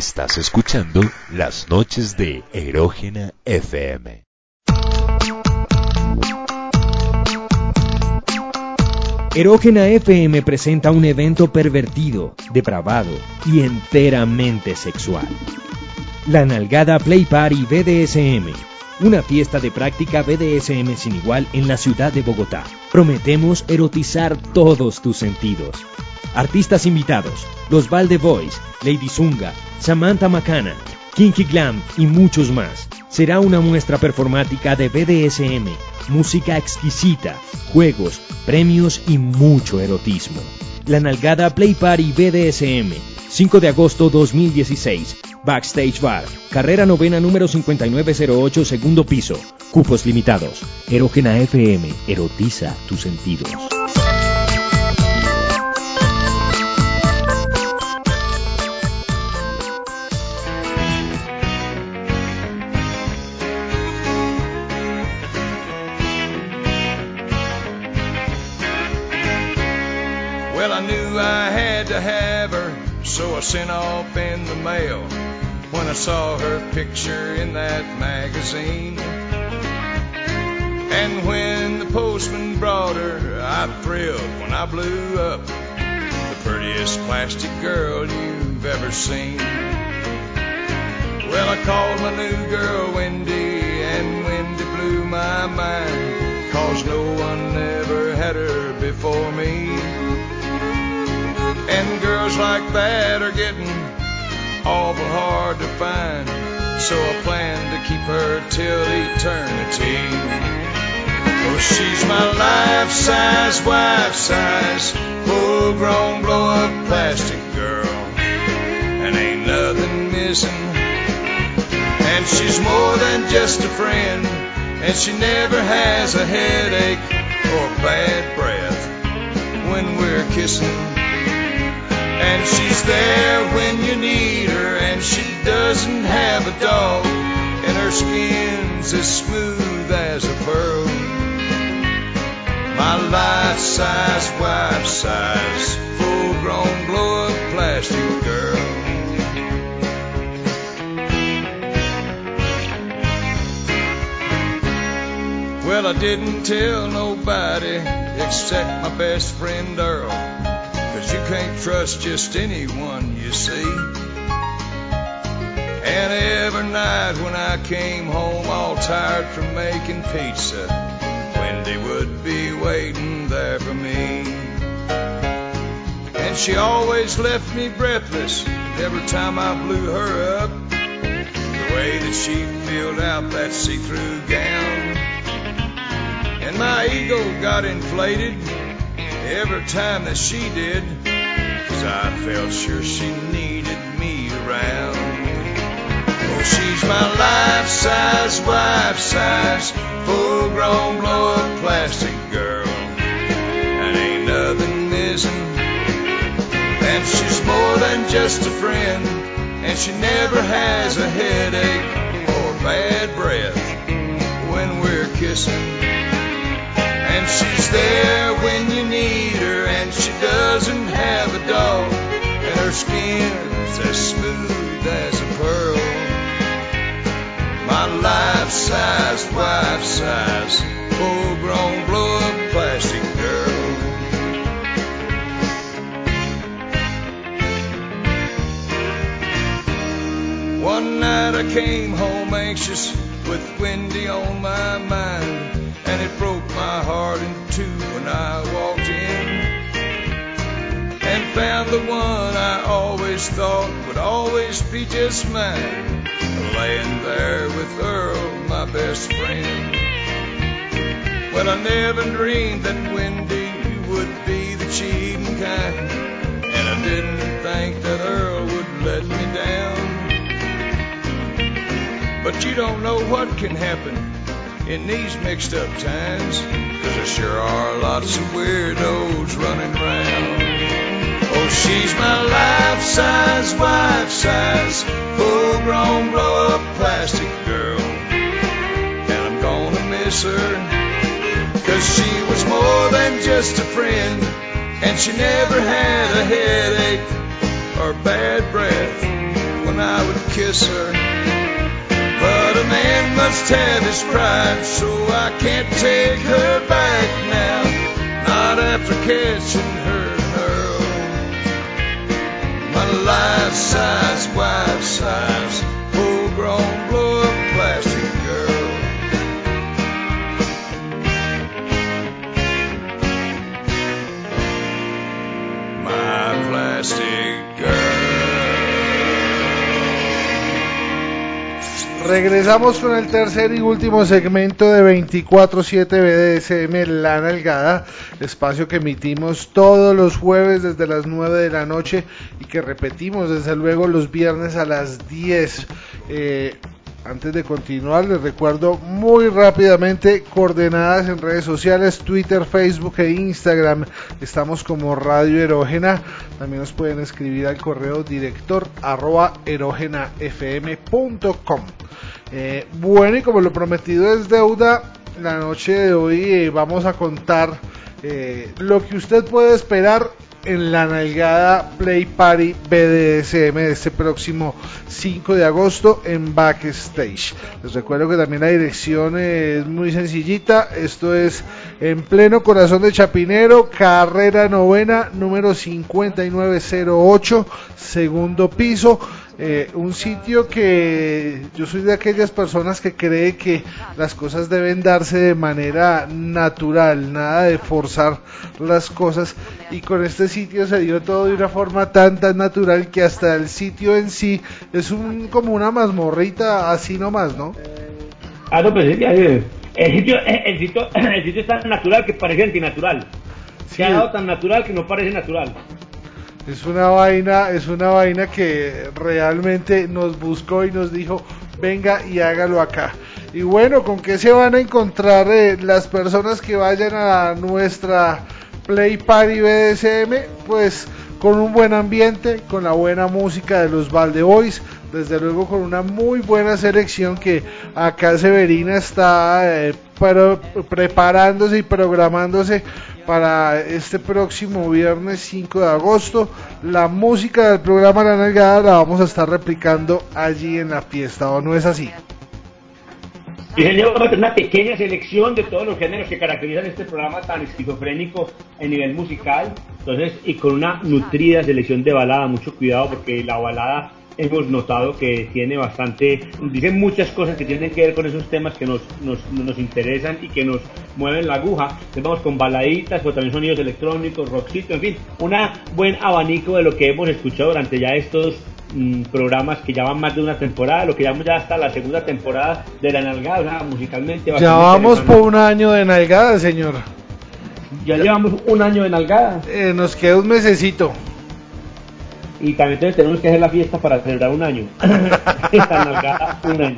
Estás escuchando Las Noches de Erógena F M. Erógena F M presenta un evento pervertido, depravado y enteramente sexual. La Nalgada Play Party B D S M, una fiesta de práctica B D S M sin igual en la ciudad de Bogotá. Prometemos erotizar todos tus sentidos. Artistas invitados: Los Valde Boys, Lady Zunga, Samantha Macana, Kinky Glam y muchos más. Será una muestra performática de B D S M, música exquisita, juegos, premios y mucho erotismo. La Nalgada Play Party B D S M, cinco de agosto dos mil dieciséis, Backstage Bar, carrera novena número cincuenta y nueve cero ocho, segundo piso, cupos limitados. Erógena F M, erotiza tus sentidos. To have her, so I sent off in the mail when I saw her picture in that magazine. And when the postman brought her, I thrilled when I blew up, the prettiest plastic girl you've ever seen. Well, I called my new girl Wendy, and Wendy blew my mind, 'cause no one ever had her before me. And girls like that are getting awful hard to find, so I plan to keep her till eternity. Oh, she's my life-size, wife-size, full-grown blow-up plastic girl, and ain't nothing missing. And she's more than just a friend, and she never has a headache or bad breath when we're kissing. And she's there when you need her, and she doesn't have a dog, and her skin's as smooth as a pearl. My life-size, wife-size, full-grown blow-up plastic girl. Well, I didn't tell nobody except my best friend Earl, 'cause you can't trust just anyone, you see. And every night when I came home all tired from making pizza, Wendy would be waiting there for me. And she always left me breathless every time I blew her up, the way that she filled out that see-through gown. And my ego got inflated every time that she did, 'cause I felt sure she needed me around. Oh, she's my life-size, wife-size, full-grown blow-up plastic girl, and ain't nothing missing. And she's more than just a friend, and she never has a headache or bad breath when we're kissing. And she's there when you need her, and she doesn't have a dog, and her skin's as smooth as a pearl. My life-size, wife-size, full-grown blow-up plastic girl. One night I came home anxious with Wendy on my mind, and it broke my heart in two when I walked in and found the one I always thought would always be just mine, laying there with Earl, my best friend. Well, I never dreamed that Wendy would be the cheating kind, and I didn't think that Earl would let me down. But you don't know what can happen in these mixed up times, 'cause there sure are lots of weirdos running around. Oh, she's my life-size, wife-size, full-grown blow-up plastic girl, and I'm gonna miss her, 'cause she was more than just a friend, and she never had a headache or bad breath when when I would kiss her. But a man must have his pride, so I can't take her back now, not after catching her in Earl. My life-size, wife-size, full-grown blow-up plastic girl. My plastic girl. Regresamos con el tercer y último segmento de veinticuatro siete B D S M La Nalgada, espacio que emitimos todos los jueves desde las nueve de la noche y que repetimos desde luego los viernes a las diez. Eh, Antes de continuar, les recuerdo muy rápidamente coordenadas en redes sociales, Twitter, Facebook e Instagram. Estamos como Radio Erógena. También nos pueden escribir al correo director arroba erógenafm punto com. Eh, bueno, y como lo prometido es deuda, la noche de hoy eh, vamos a contar eh, lo que usted puede esperar en la Nalgada Play Party B D S M de este próximo cinco de agosto en Backstage. Les recuerdo que también la dirección es muy sencillita. Esto es en pleno corazón de Chapinero, carrera novena, número cincuenta y nueve cero ocho, segundo piso. Eh, un sitio que yo soy de aquellas personas que cree que las cosas deben darse de manera natural, nada de forzar las cosas, y con este sitio se dio todo de una forma tan tan natural que hasta el sitio en sí es un como una mazmorrita así nomás, ¿no? Ah, no, pues el sitio, el sitio, el sitio es tan natural que parece antinatural. Sí. Se ha dado tan natural que no parece natural. Es una vaina, es una vaina que realmente nos buscó y nos dijo, venga y hágalo acá. Y bueno, ¿con qué se van a encontrar eh, las personas que vayan a nuestra Play Party B D S M? Pues con un buen ambiente, con la buena música de los Valde Boys, desde luego con una muy buena selección que acá Severina está eh, para, preparándose y programándose para este próximo viernes cinco de agosto. La música del programa La Nalgada la vamos a estar replicando allí en la fiesta, ¿o no es así? Y señor, vamos a tener una pequeña selección de todos los géneros que caracterizan este programa tan esquizofrénico en nivel musical. Entonces, y con una nutrida selección de balada, mucho cuidado porque la balada hemos notado que tiene bastante, dicen muchas cosas que tienen que ver con esos temas que nos, nos, nos interesan y que nos mueven la aguja. Entonces vamos con baladitas, pero también sonidos electrónicos, rockcito, en fin, un buen abanico de lo que hemos escuchado durante ya estos mmm, programas que ya van más de una temporada, lo que llamamos ya hasta la segunda temporada de La Nalgada, o sea, musicalmente bastante. Ya vamos por un año de Nalgada, señor. Ya, ya llevamos un año de Nalgada. Eh, nos queda un mesecito. Y también entonces tenemos que hacer la fiesta para celebrar un año. Esta Nalgada, un año.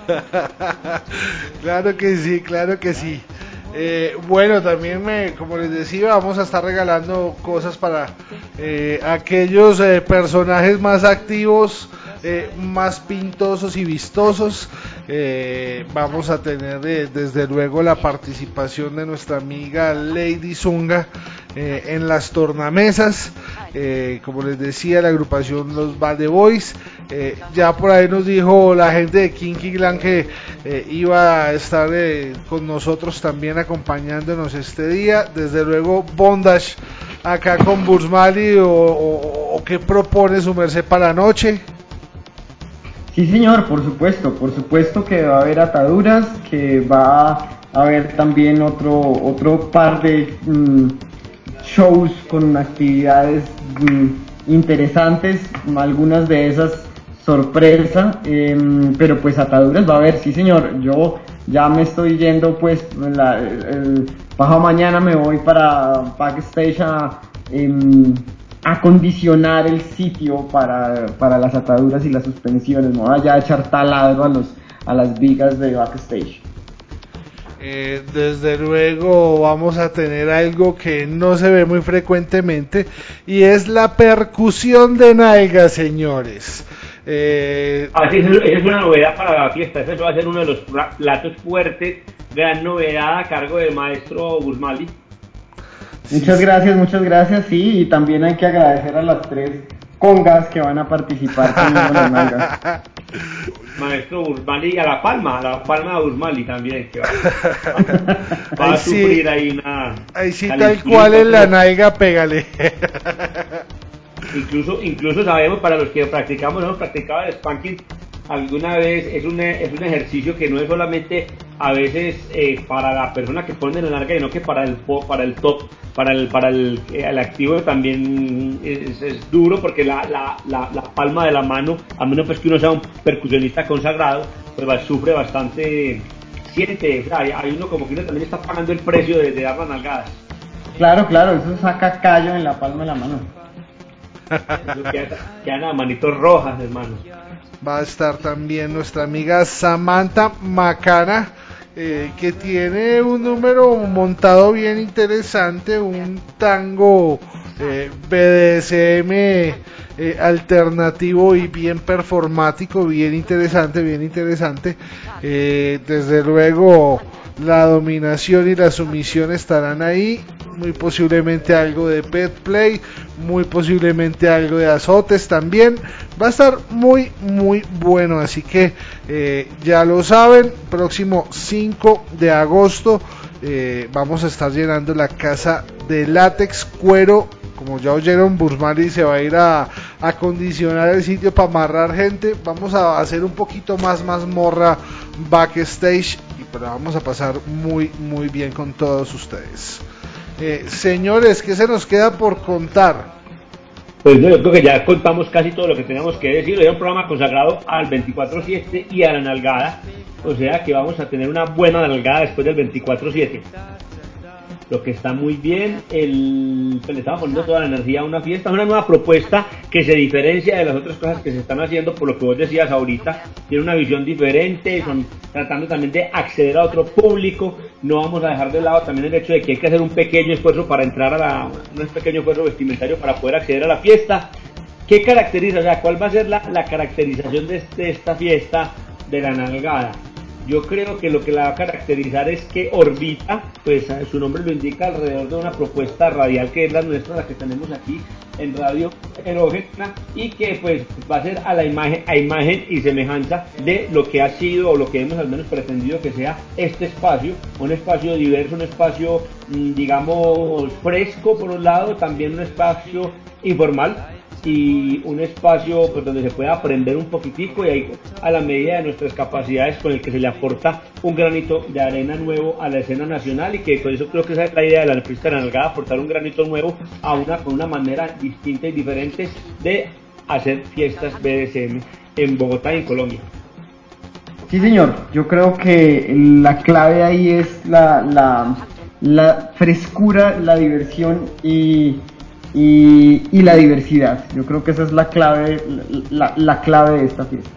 Claro que sí, claro que sí. Eh, bueno, también me, como les decía, vamos a estar regalando cosas para eh, aquellos eh, personajes más activos, eh, más pintosos y vistosos. Eh, vamos a tener eh, desde luego la participación de nuestra amiga Lady Zunga eh, en las tornamesas. Eh, como les decía, la agrupación Los Valde Boys, eh, ya por ahí nos dijo la gente de Kinky Clan que eh, iba a estar eh, con nosotros también acompañándonos este día. Desde luego Bondage acá con Bursmali, o, o, o qué propone su merced para la noche. Sí señor, por supuesto, por supuesto que va a haber ataduras, que va a haber también otro, otro par de mmm, shows con actividades mmm, interesantes, algunas de esas sorpresa, eh, pero pues ataduras va a haber, sí señor. Yo ya me estoy yendo, pues la, el pasado mañana me voy para Backstage a eh, acondicionar el sitio para, para las ataduras y las suspensiones. No voy a echar taladro a, los, a las vigas de Backstage. Eh, desde luego vamos a tener algo que no se ve muy frecuentemente, y es la percusión de nalga, señores. Eh, Así es, es una novedad para la fiesta. Ese va a ser uno de los platos fuertes, gran novedad a cargo del maestro Bursmali. Muchas gracias, muchas gracias, sí, y también hay que agradecer a las tres congas que van a participar también con las nalgas. Maestro Ursmali a La Palma, a La Palma de Ursmali también, que va, va, va a sí, sufrir ahí una... Ahí sí, tal cual en la nalga, pégale. Incluso, incluso sabemos, para los que practicamos, hemos practicado el spanking alguna vez, es un, es un ejercicio que no es solamente a veces eh, para la persona que pone la nalga, sino que para el para el top, para el para el, el activo también es, es duro, porque la, la, la, la palma de la mano, a menos pues que uno sea un percusionista consagrado, pues va, sufre bastante, siente, o sea, hay, hay uno como que uno también está pagando el precio de, de dar las nalgadas. Claro, claro, eso saca callo en la palma de la mano. Eso queda, quedan las manitos rojas, hermano. Va a estar también nuestra amiga Samantha Macana, eh, que tiene un número montado bien interesante, un tango eh, B D S M eh, alternativo y bien performático, bien interesante, bien interesante. Eh, desde luego la dominación y la sumisión estarán ahí, muy posiblemente algo de pet play, muy posiblemente algo de azotes también. Va a estar muy muy bueno, así que eh, ya lo saben, próximo cinco de agosto eh, vamos a estar llenando la casa de látex, cuero. Como ya oyeron, Bursmali se va a ir a acondicionar el sitio para amarrar gente. Vamos a hacer un poquito más mazmorra backstage, y pero vamos a pasar muy muy bien con todos ustedes. Eh, señores, ¿qué se nos queda por contar? Pues yo creo que ya contamos casi todo lo que teníamos que decir. Era un programa consagrado al veinticuatro siete y a la nalgada, o sea que vamos a tener una buena nalgada después del veinticuatro siete. Lo que está muy bien, el, se le estaba poniendo toda la energía a una fiesta, una nueva propuesta que se diferencia de las otras cosas que se están haciendo, por lo que vos decías ahorita. Tiene una visión diferente, son tratando también de acceder a otro público. No vamos a dejar de lado también el hecho de que hay que hacer un pequeño esfuerzo para entrar a la, un pequeño esfuerzo vestimentario para poder acceder a la fiesta. ¿Qué caracteriza? O sea, ¿cuál va a ser la, la caracterización de, este, de esta fiesta de la nalgada? Yo creo que lo que la va a caracterizar es que orbita, pues su nombre lo indica, alrededor de una propuesta radial que es la nuestra, la que tenemos aquí en Radio Erógena, y que pues va a ser a la imagen, a imagen y semejanza de lo que ha sido o lo que hemos al menos pretendido que sea este espacio, un espacio diverso, un espacio digamos fresco por un lado, también un espacio informal y un espacio pues donde se pueda aprender un poquitico, y ahí a la medida de nuestras capacidades, con el que se le aporta un granito de arena nuevo a la escena nacional, y que por eso creo que esa es la idea de la fiesta de la nalgada, aportar un granito nuevo a una con una manera distinta y diferente de hacer fiestas B D S M en Bogotá y en Colombia. Sí, señor, yo creo que la clave ahí es la, la, la frescura, la diversión y Y, y la diversidad. Yo creo que esa es la clave, la, la clave de esta fiesta.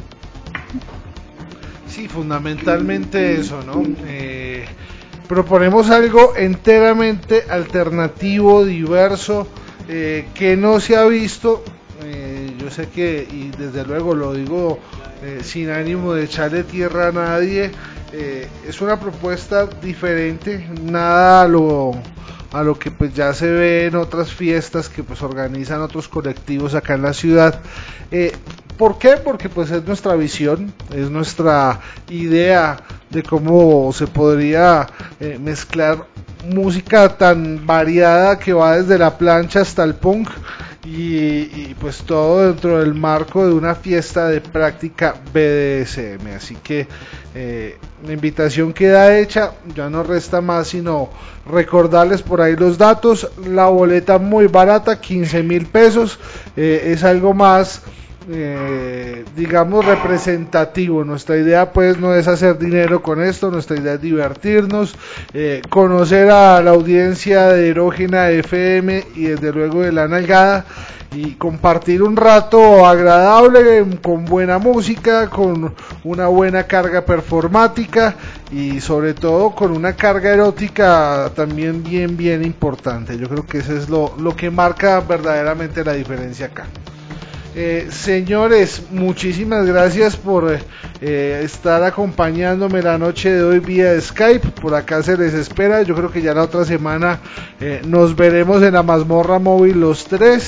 Sí, fundamentalmente eso, ¿no? Eh, proponemos algo enteramente alternativo, diverso, eh, que no se ha visto. Eh, yo sé que, y desde luego lo digo eh, sin ánimo de echarle tierra a nadie, eh, es una propuesta diferente, nada a lo a lo que pues ya se ve en otras fiestas que pues organizan otros colectivos acá en la ciudad. Eh, ¿Por qué? Porque pues es nuestra visión, es nuestra idea de cómo se podría eh, mezclar música tan variada que va desde la plancha hasta el punk, y, y pues todo dentro del marco de una fiesta de práctica B D S M. Así que eh, la invitación queda hecha, ya no resta más sino recordarles por ahí los datos. La boleta muy barata, quince mil pesos, eh, es algo más Eh, digamos representativo. Nuestra idea pues no es hacer dinero con esto, nuestra idea es divertirnos, eh, conocer a la audiencia de Erógena F M y desde luego de la nalgada, y compartir un rato agradable con buena música, con una buena carga performática y sobre todo con una carga erótica también bien bien importante. Yo creo que eso es lo, lo que marca verdaderamente la diferencia acá. Eh, señores, muchísimas gracias por eh, estar acompañándome la noche de hoy vía Skype. Por acá se les espera. Yo creo que ya la otra semana eh, nos veremos en la mazmorra móvil los tres.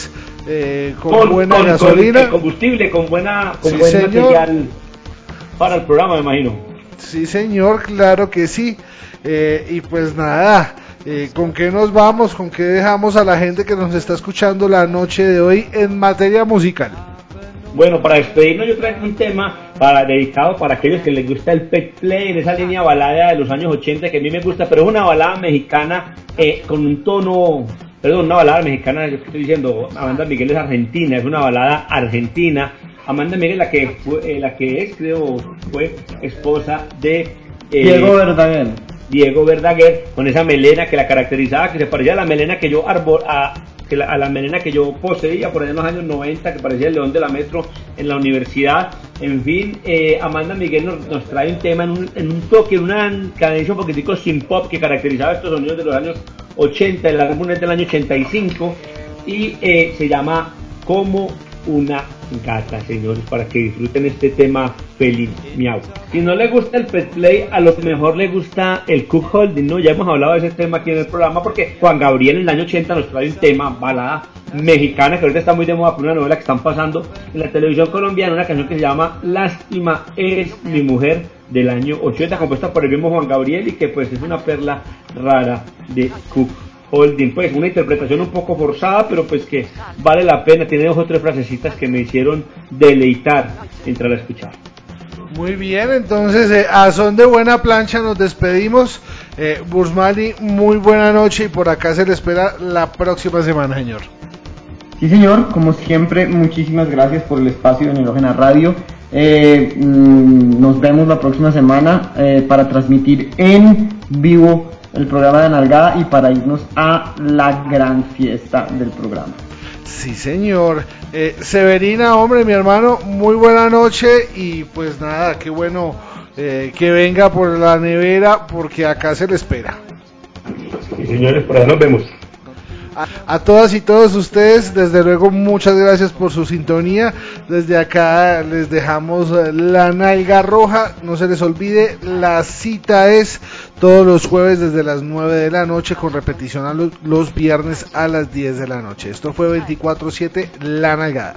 eh, con, con buena con, gasolina. Con combustible, con buena con Sí, buen señor. material para el programa, me imagino. Sí, señor, claro que sí. Eh, y pues nada, eh, ¿con qué nos vamos? ¿Con qué dejamos a la gente que nos está escuchando la noche de hoy en materia musical? Bueno, para despedirnos yo traigo un tema para dedicado para aquellos que les gusta el pet play, en esa línea balada de los años ochenta que a mí me gusta, pero es una balada mexicana eh, con un tono, perdón, una balada mexicana, yo estoy diciendo, Amanda Miguel es argentina, es una balada argentina. Amanda Miguel, la que fue, eh, la que es, creo, fue esposa de eh, Diego Verdaguer. Diego Verdaguer, con esa melena que la caracterizaba, que se parecía a la melena que yo arbor, a, que la, a la melena que yo poseía por allá en los años noventa, que parecía el león de la metro en la universidad. En fin, eh, Amanda Miguel nos, nos trae un tema en un, en un toque, en una cadencia un poquitico sin pop que caracterizaba estos sonidos de los años ochenta, el álbum es del año ochenta y cinco y eh, se llama Como una gata, señores, para que disfruten este tema feliz, miau. Si no le gusta el pet play, a lo mejor le gusta el cook holding, ¿no? Ya hemos hablado de ese tema aquí en el programa porque Juan Gabriel en el año ochenta nos trae un tema, balada mexicana, que ahorita está muy de moda por una novela que están pasando en la televisión colombiana, una canción que se llama Lástima es mi mujer, del año ochenta, compuesta por el mismo Juan Gabriel y que pues es una perla rara de cook holding, pues una interpretación un poco forzada, pero pues que vale la pena. Tiene dos o tres frasecitas que me hicieron deleitar mientras la escuchaba. Muy bien, entonces eh, a son de buena plancha nos despedimos. eh, Burzmali, muy buena noche y por acá se le espera la próxima semana, señor. Sí, señor, como siempre, muchísimas gracias por el espacio en Erógena Radio. Eh, mmm, nos vemos la próxima semana eh, para transmitir en vivo el programa de Nalgada y para irnos a la gran fiesta del programa. Sí, señor. eh, Severina, hombre, mi hermano, muy buena noche y pues nada, qué bueno eh, que venga por la nevera porque acá se le espera. Sí, señores, por allá nos vemos. A, a todas y todos ustedes, desde luego, muchas gracias por su sintonía. Desde acá les dejamos la nalga roja. No se les olvide, la cita es todos los jueves desde las nueve de la noche con repetición a los, los viernes a las diez de la noche. Esto fue veinticuatro siete La Nalgada.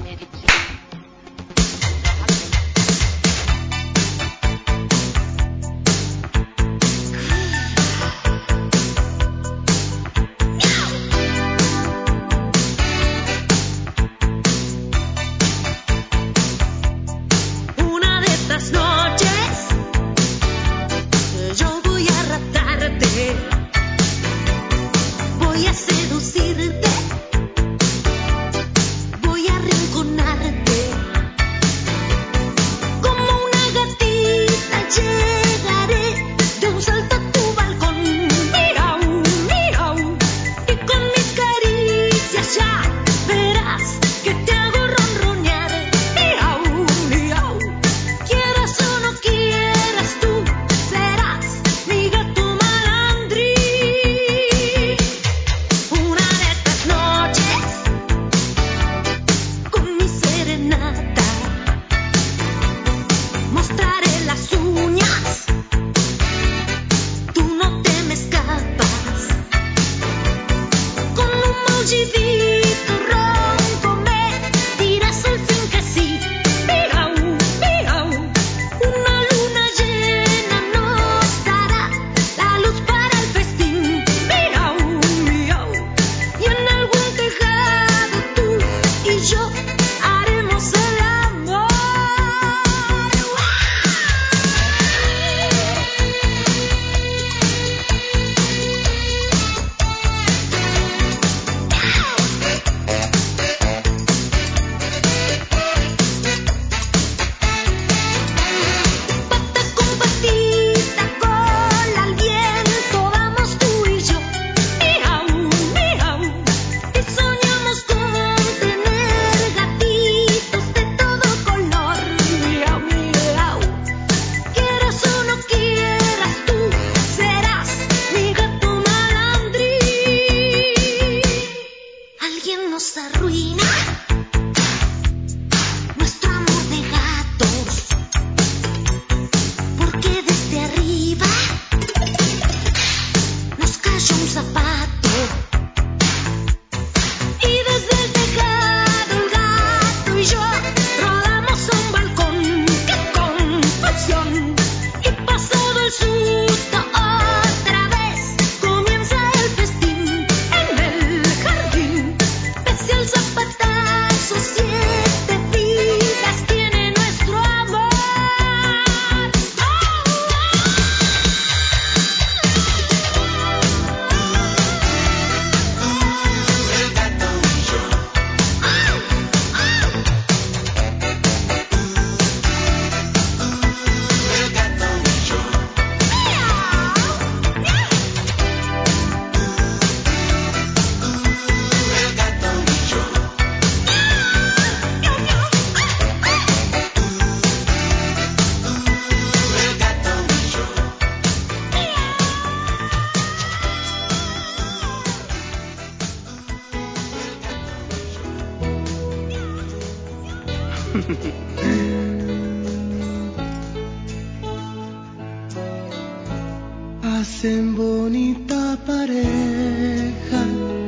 Hacen bonita pareja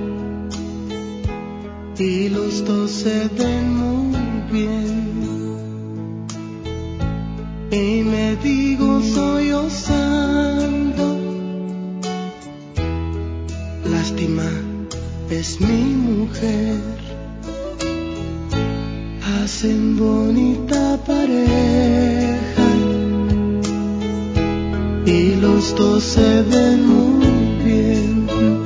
y los dos se ven muy bien. Y me digo soy osando, lástima es mi mujer. Hacen bonita pareja y los dos se ven muy bien.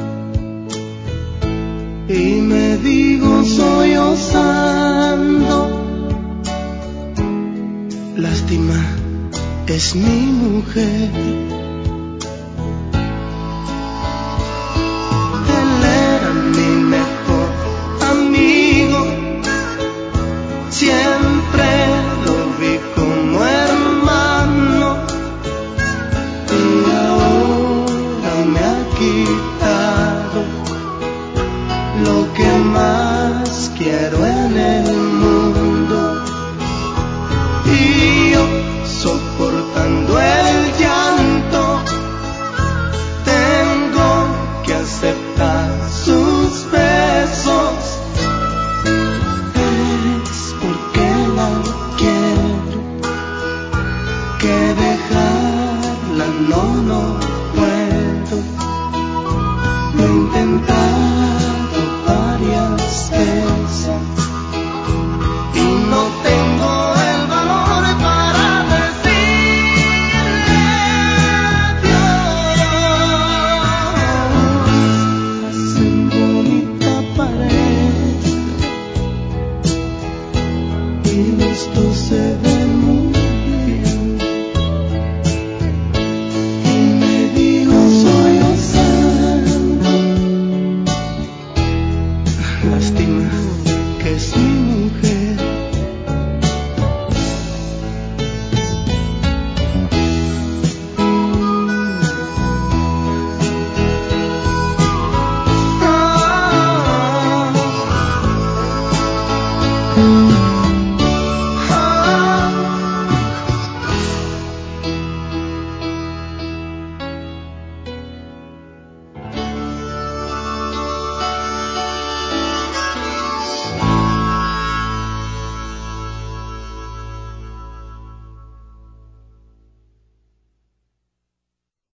Y me digo soy osando, lástima es mi mujer. Él era mi mejor amigo, siempre lo vi como hermano, y ahora me ha quitado lo que más quiero en el mundo. Y yo, soportando el llanto, tengo que aceptar sus besos. Es porque la quiero, que dejarla no, no puedo. Lo he intentado varias veces y no tengo el valor para decirle adiós. Hacen bonita pared y los dos se ven muy bien. Y me digo soy osando, lástima que es